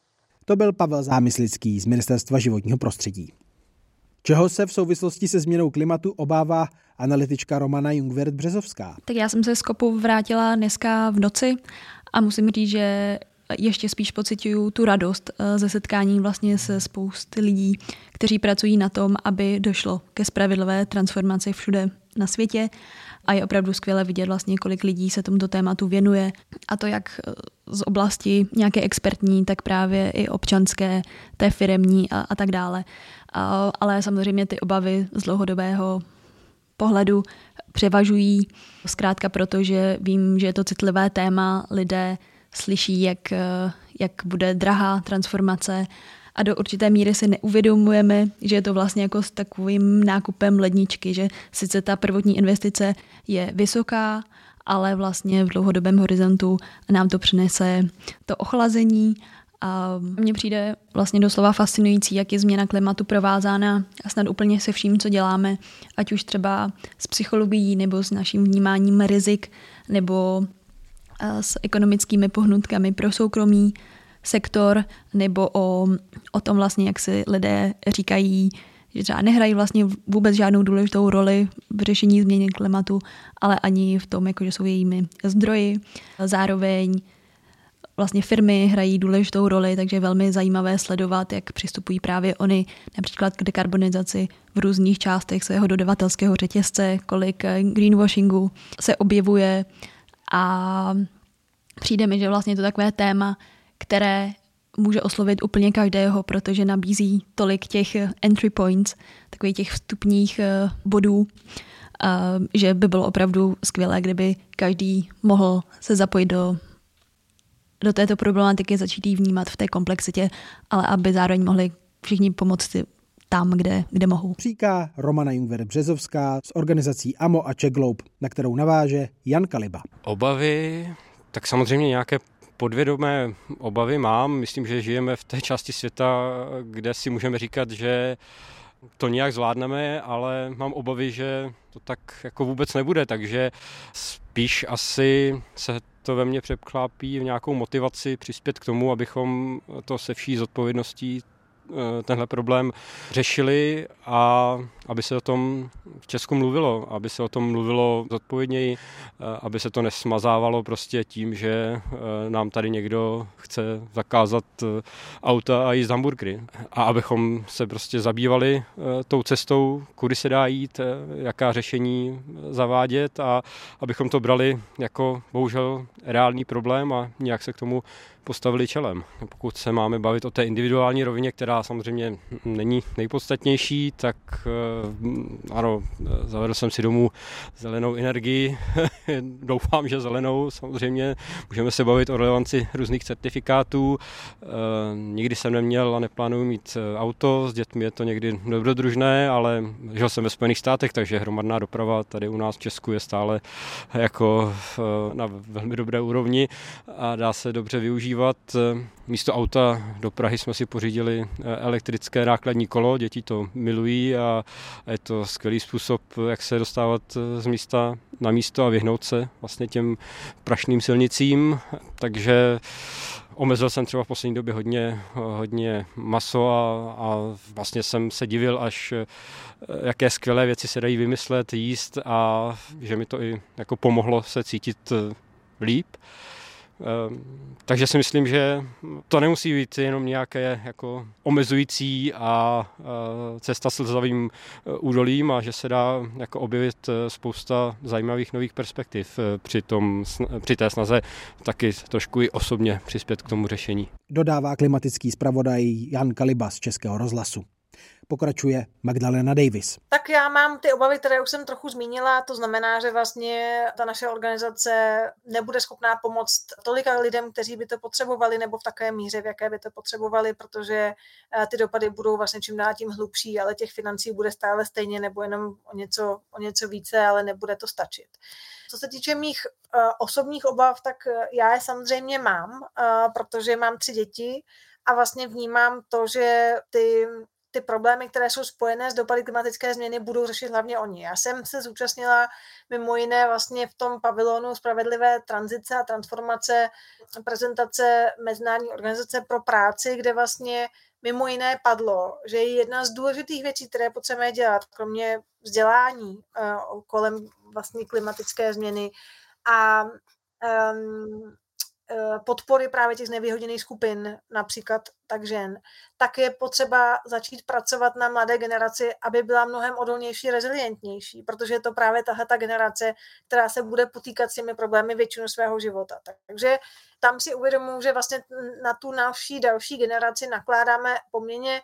To byl Pavel Zámyslický z Ministerstva životního prostředí. Čeho se v souvislosti se změnou klimatu obává analytička Romana Jungwirth-Březovská? Tak já jsem se z kopu vrátila dneska v noci a musím říct, že ještě spíš pociťuju tu radost ze setkání vlastně se spousty lidí, kteří pracují na tom, aby došlo ke spravedlivé transformaci všude na světě. A je opravdu skvěle vidět vlastně, kolik lidí se tomuto tématu věnuje. A to jak z oblasti nějaké expertní, tak právě i občanské, té firemní a tak dále. Ale samozřejmě ty obavy z dlouhodobého pohledu převažují. Zkrátka proto, že vím, že je to citlivé téma, lidé slyší, jak bude drahá transformace a do určité míry si neuvědomujeme, že je to vlastně jako s takovým nákupem ledničky, že sice ta prvotní investice je vysoká, ale vlastně v dlouhodobém horizontu nám to přinese to ochlazení. A mně přijde vlastně doslova fascinující, jak je změna klimatu provázána snad úplně se vším, co děláme, ať už třeba s psychologií nebo s naším vnímáním rizik nebo s ekonomickými pohnutkami pro soukromý sektor, nebo o tom vlastně, jak si lidé říkají, že třeba nehrají vlastně vůbec žádnou důležitou roli v řešení změny klimatu, ale ani v tom, jako že jsou jejími zdroji. Zároveň vlastně firmy hrají důležitou roli, takže je velmi zajímavé sledovat, jak přistupují právě oni například k dekarbonizaci v různých částech svého dodavatelského řetězce, kolik greenwashingu se objevuje a přijde mi, že vlastně je to takové téma, které může oslovit úplně každého, protože nabízí tolik těch entry points, takových těch vstupních bodů, že by bylo opravdu skvělé, kdyby každý mohl se zapojit do této problematiky, začít ji vnímat v té komplexitě, ale aby zároveň mohli všichni pomoct tam, kde mohou. Říká Romana Jungwirth-Březovská z organizací AMO a Czech Globe, na kterou naváže Jan Kaliba. Obavy, tak samozřejmě nějaké podvědomé obavy mám. Myslím, že žijeme v té části světa, kde si můžeme říkat, že to nějak zvládneme, ale mám obavy, že to tak jako vůbec nebude, takže spíš asi se to ve mně překlápí v nějakou motivaci přispět k tomu, abychom to se vší zodpovědností tenhle problém řešili a aby se o tom v Česku mluvilo, aby se o tom mluvilo zodpovědněji, aby se to nesmazávalo prostě tím, že nám tady někdo chce zakázat auta a jíst hamburgery. A abychom se prostě zabývali tou cestou, kudy se dá jít, jaká řešení zavádět a abychom to brali jako bohužel reálný problém a nějak se k tomu postavili čelem. Pokud se máme bavit o té individuální rovině, která samozřejmě není nejpodstatnější, tak ano, zavedl jsem si domů zelenou energii. Doufám, že zelenou, samozřejmě. Můžeme se bavit o relevanci různých certifikátů. Nikdy jsem neměl a neplánuji mít auto, s dětmi je to někdy dobrodružné, ale žil jsem ve Spojených státech, takže hromadná doprava tady u nás v Česku je stále jako na velmi dobré úrovni a dá se dobře využívat. Místo auta do Prahy jsme si pořídili elektrické nákladní kolo, děti to milují a je to skvělý způsob, jak se dostávat z místa na místo a vyhnout se vlastně těm prašným silnicím, takže omezil jsem třeba v poslední době hodně maso a vlastně jsem se divil, až jaké skvělé věci se dají vymyslet, jíst a že mi to i jako pomohlo se cítit líp. Takže si myslím, že to nemusí být jenom nějaké jako omezující a cesta slzavým údolím a že se dá jako objevit spousta zajímavých nových perspektiv při té snaze taky trošku i osobně přispět k tomu řešení. Dodává klimatický zpravodaj Jan Kaliba z Českého rozhlasu. Pokračuje Magdalena Davis. Tak já mám ty obavy, které už jsem trochu zmínila, to znamená, že vlastně ta naše organizace nebude schopná pomoct tolika lidem, kteří by to potřebovali, nebo v takové míře, v jaké by to potřebovali, protože ty dopady budou vlastně čím dál tím hlubší, ale těch financí bude stále stejně, nebo jenom o něco více, ale nebude to stačit. Co se týče mých osobních obav, tak já je samozřejmě mám, protože mám 3 děti a vlastně vnímám to, že ty ty problémy, které jsou spojené s dopady klimatické změny, budou řešit hlavně oni. Já jsem se zúčastnila mimo jiné vlastně v tom pavilonu Spravedlivé tranzice a transformace prezentace Mezinárodní organizace pro práci, kde vlastně mimo jiné padlo, že jedna z důležitých věcí, které potřebujeme dělat, kromě vzdělání kolem vlastně klimatické změny a podpory právě těch znevýhodněných skupin, například tak žen, tak je potřeba začít pracovat na mladé generaci, aby byla mnohem odolnější, rezilientnější, protože je to právě tahleta generace, která se bude potýkat s těmi problémy většinu svého života. Takže tam si uvědomuji, že vlastně na tu další generaci nakládáme poměrně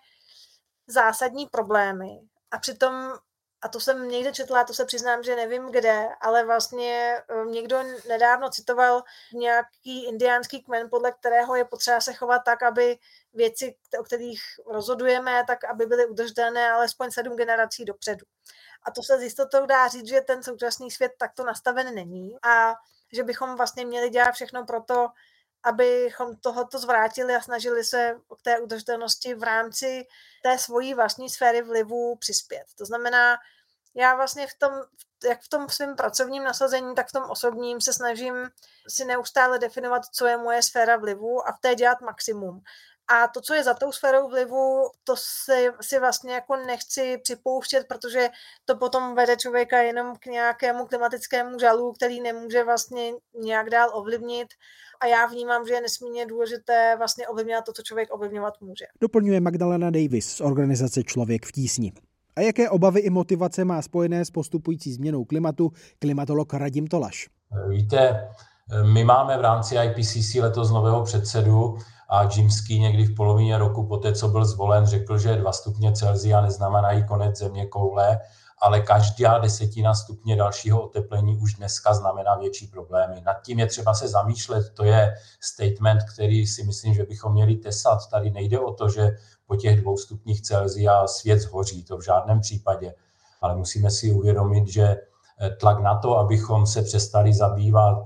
zásadní problémy a přitom, a to jsem někde četla, to se přiznám, že nevím kde, ale vlastně někdo nedávno citoval nějaký indiánský kmen, podle kterého je potřeba se chovat tak, aby věci, o kterých rozhodujeme, tak aby byly udržitelné alespoň 7 generací dopředu. A to se s jistotou dá říct, že ten současný svět takto nastaven není a že bychom vlastně měli dělat všechno pro to, abychom tohoto zvrátili a snažili se k té udržitelnosti v rámci té svojí vlastní sféry vlivu přispět. To znamená, já vlastně jak v tom svém pracovním nasazení, tak v tom osobním se snažím si neustále definovat, co je moje sféra vlivu a v té dělat maximum. A to, co je za tou sférou vlivu, to si vlastně jako nechci připouštět, protože to potom vede člověka jenom k nějakému klimatickému žalu, který nemůže vlastně nějak dál ovlivnit. A já vnímám, že je nesmírně důležité vlastně ovlivňovat to, co člověk ovlivňovat může. Doplňuje Magdalena Davis z organizace Člověk v tísni. A jaké obavy i motivace má spojené s postupující změnou klimatu klimatolog Radim Tolaš? Víte, my máme v rámci IPCC letos nového předsedu a Jim Ski někdy v polovině roku poté, co byl zvolen, řekl, že 2 stupně Celsia neznamenají konec země koule, ale každá 10 stupně dalšího oteplení už dneska znamená větší problémy. Nad tím je třeba se zamýšlet, to je statement, který si myslím, že bychom měli tesat. Tady nejde o to, že po těch 2 stupních Celsia svět zhoří, to v žádném případě, ale musíme si uvědomit, že tlak na to, abychom se přestali zabývat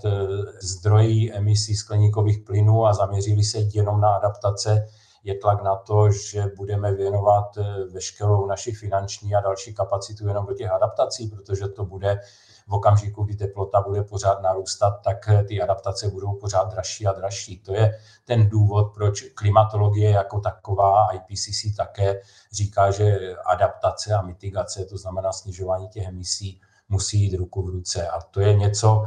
zdroji emisí skleníkových plynů a zaměřili se jenom na adaptace, je tlak na to, že budeme věnovat veškerou naši finanční a další kapacitu jenom do těch adaptací, protože to bude v okamžiku, kdy teplota bude pořád narůstat, tak ty adaptace budou pořád dražší a dražší. To je ten důvod, proč klimatologie jako taková, IPCC také říká, že adaptace a mitigace, to znamená snižování těch emisí, musí jít ruku v ruce. A to je něco,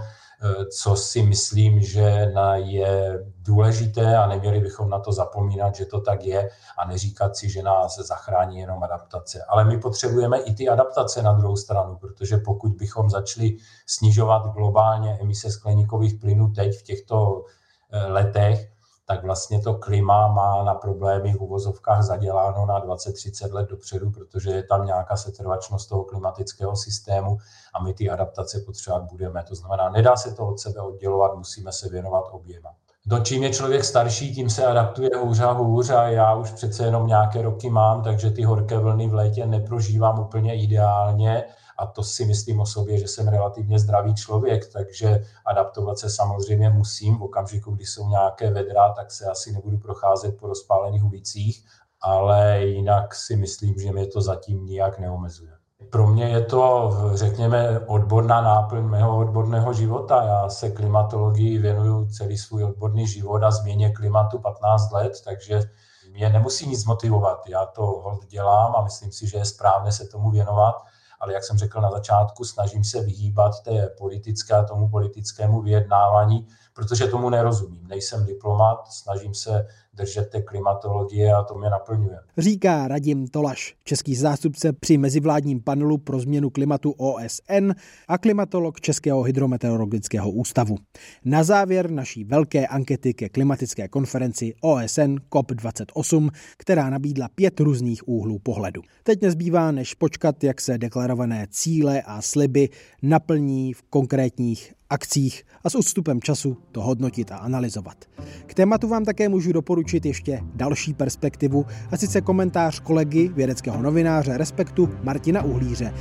co si myslím, že je důležité a neměli bychom na to zapomínat, že to tak je a neříkat si, že nás zachrání jenom adaptace. Ale my potřebujeme i ty adaptace na druhou stranu, protože pokud bychom začali snižovat globálně emise skleníkových plynů teď v těchto letech, tak vlastně to klima má na problémy v uvozovkách zaděláno na 20-30 let dopředu, protože je tam nějaká setrvačnost toho klimatického systému a my ty adaptace potřebovat budeme. To znamená, nedá se to od sebe oddělovat, musíme se věnovat oběma. Čím je člověk starší, tím se adaptuje hůř a hůř a já už přece jenom nějaké roky mám, takže ty horké vlny v létě neprožívám úplně ideálně. A to si myslím o sobě, že jsem relativně zdravý člověk, takže adaptovat se samozřejmě musím. V okamžiku, kdy jsou nějaké vedra, tak se asi nebudu procházet po rozpálených ulicích, ale jinak si myslím, že mě to zatím nijak neomezuje. Pro mě je to, řekněme, odborná náplň mého odborného života. Já se klimatologii věnuju celý svůj odborný život a změně klimatu 15 let, takže mě nemusí nic motivovat. Já to holt dělám a myslím si, že je správné se tomu věnovat. Ale jak jsem řekl na začátku, snažím se vyhýbat té politické a tomu politickému vyjednávání, protože tomu nerozumím. Nejsem diplomat, snažím se držet té klimatologie a to mě naplňuje. Říká Radim Tolaš, český zástupce při mezivládním panelu pro změnu klimatu OSN a klimatolog Českého hydrometeorologického ústavu. Na závěr naší velké ankety ke klimatické konferenci OSN COP28, která nabídla 5 různých úhlů pohledu. Teď nezbývá, než počkat, jak se deklarované cíle a sliby naplní v konkrétních akcích a s odstupem času to hodnotit a analyzovat. K tématu vám také můžu doporučit ještě další perspektivu, a sice komentář kolegy, vědeckého novináře Respektu Martina Uhlíře,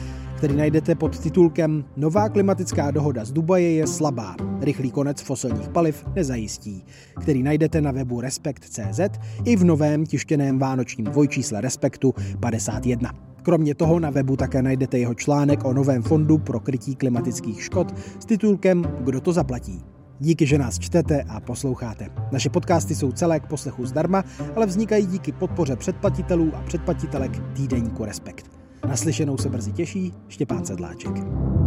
který najdete pod titulkem Nová klimatická dohoda z Dubaje je slabá, rychlý konec fosilních paliv nezajistí, který najdete na webu Respekt.cz i v novém tištěném vánočním dvojčísle Respektu 51. Kromě toho na webu také najdete jeho článek o novém fondu pro krytí klimatických škod s titulkem Kdo to zaplatí. Díky, že nás čtete a posloucháte. Naše podcasty jsou celé k poslechu zdarma, ale vznikají díky podpoře předplatitelů a předplatitelek týdeníku Respekt. Naslyšenou se brzy těší Štěpán Sedláček.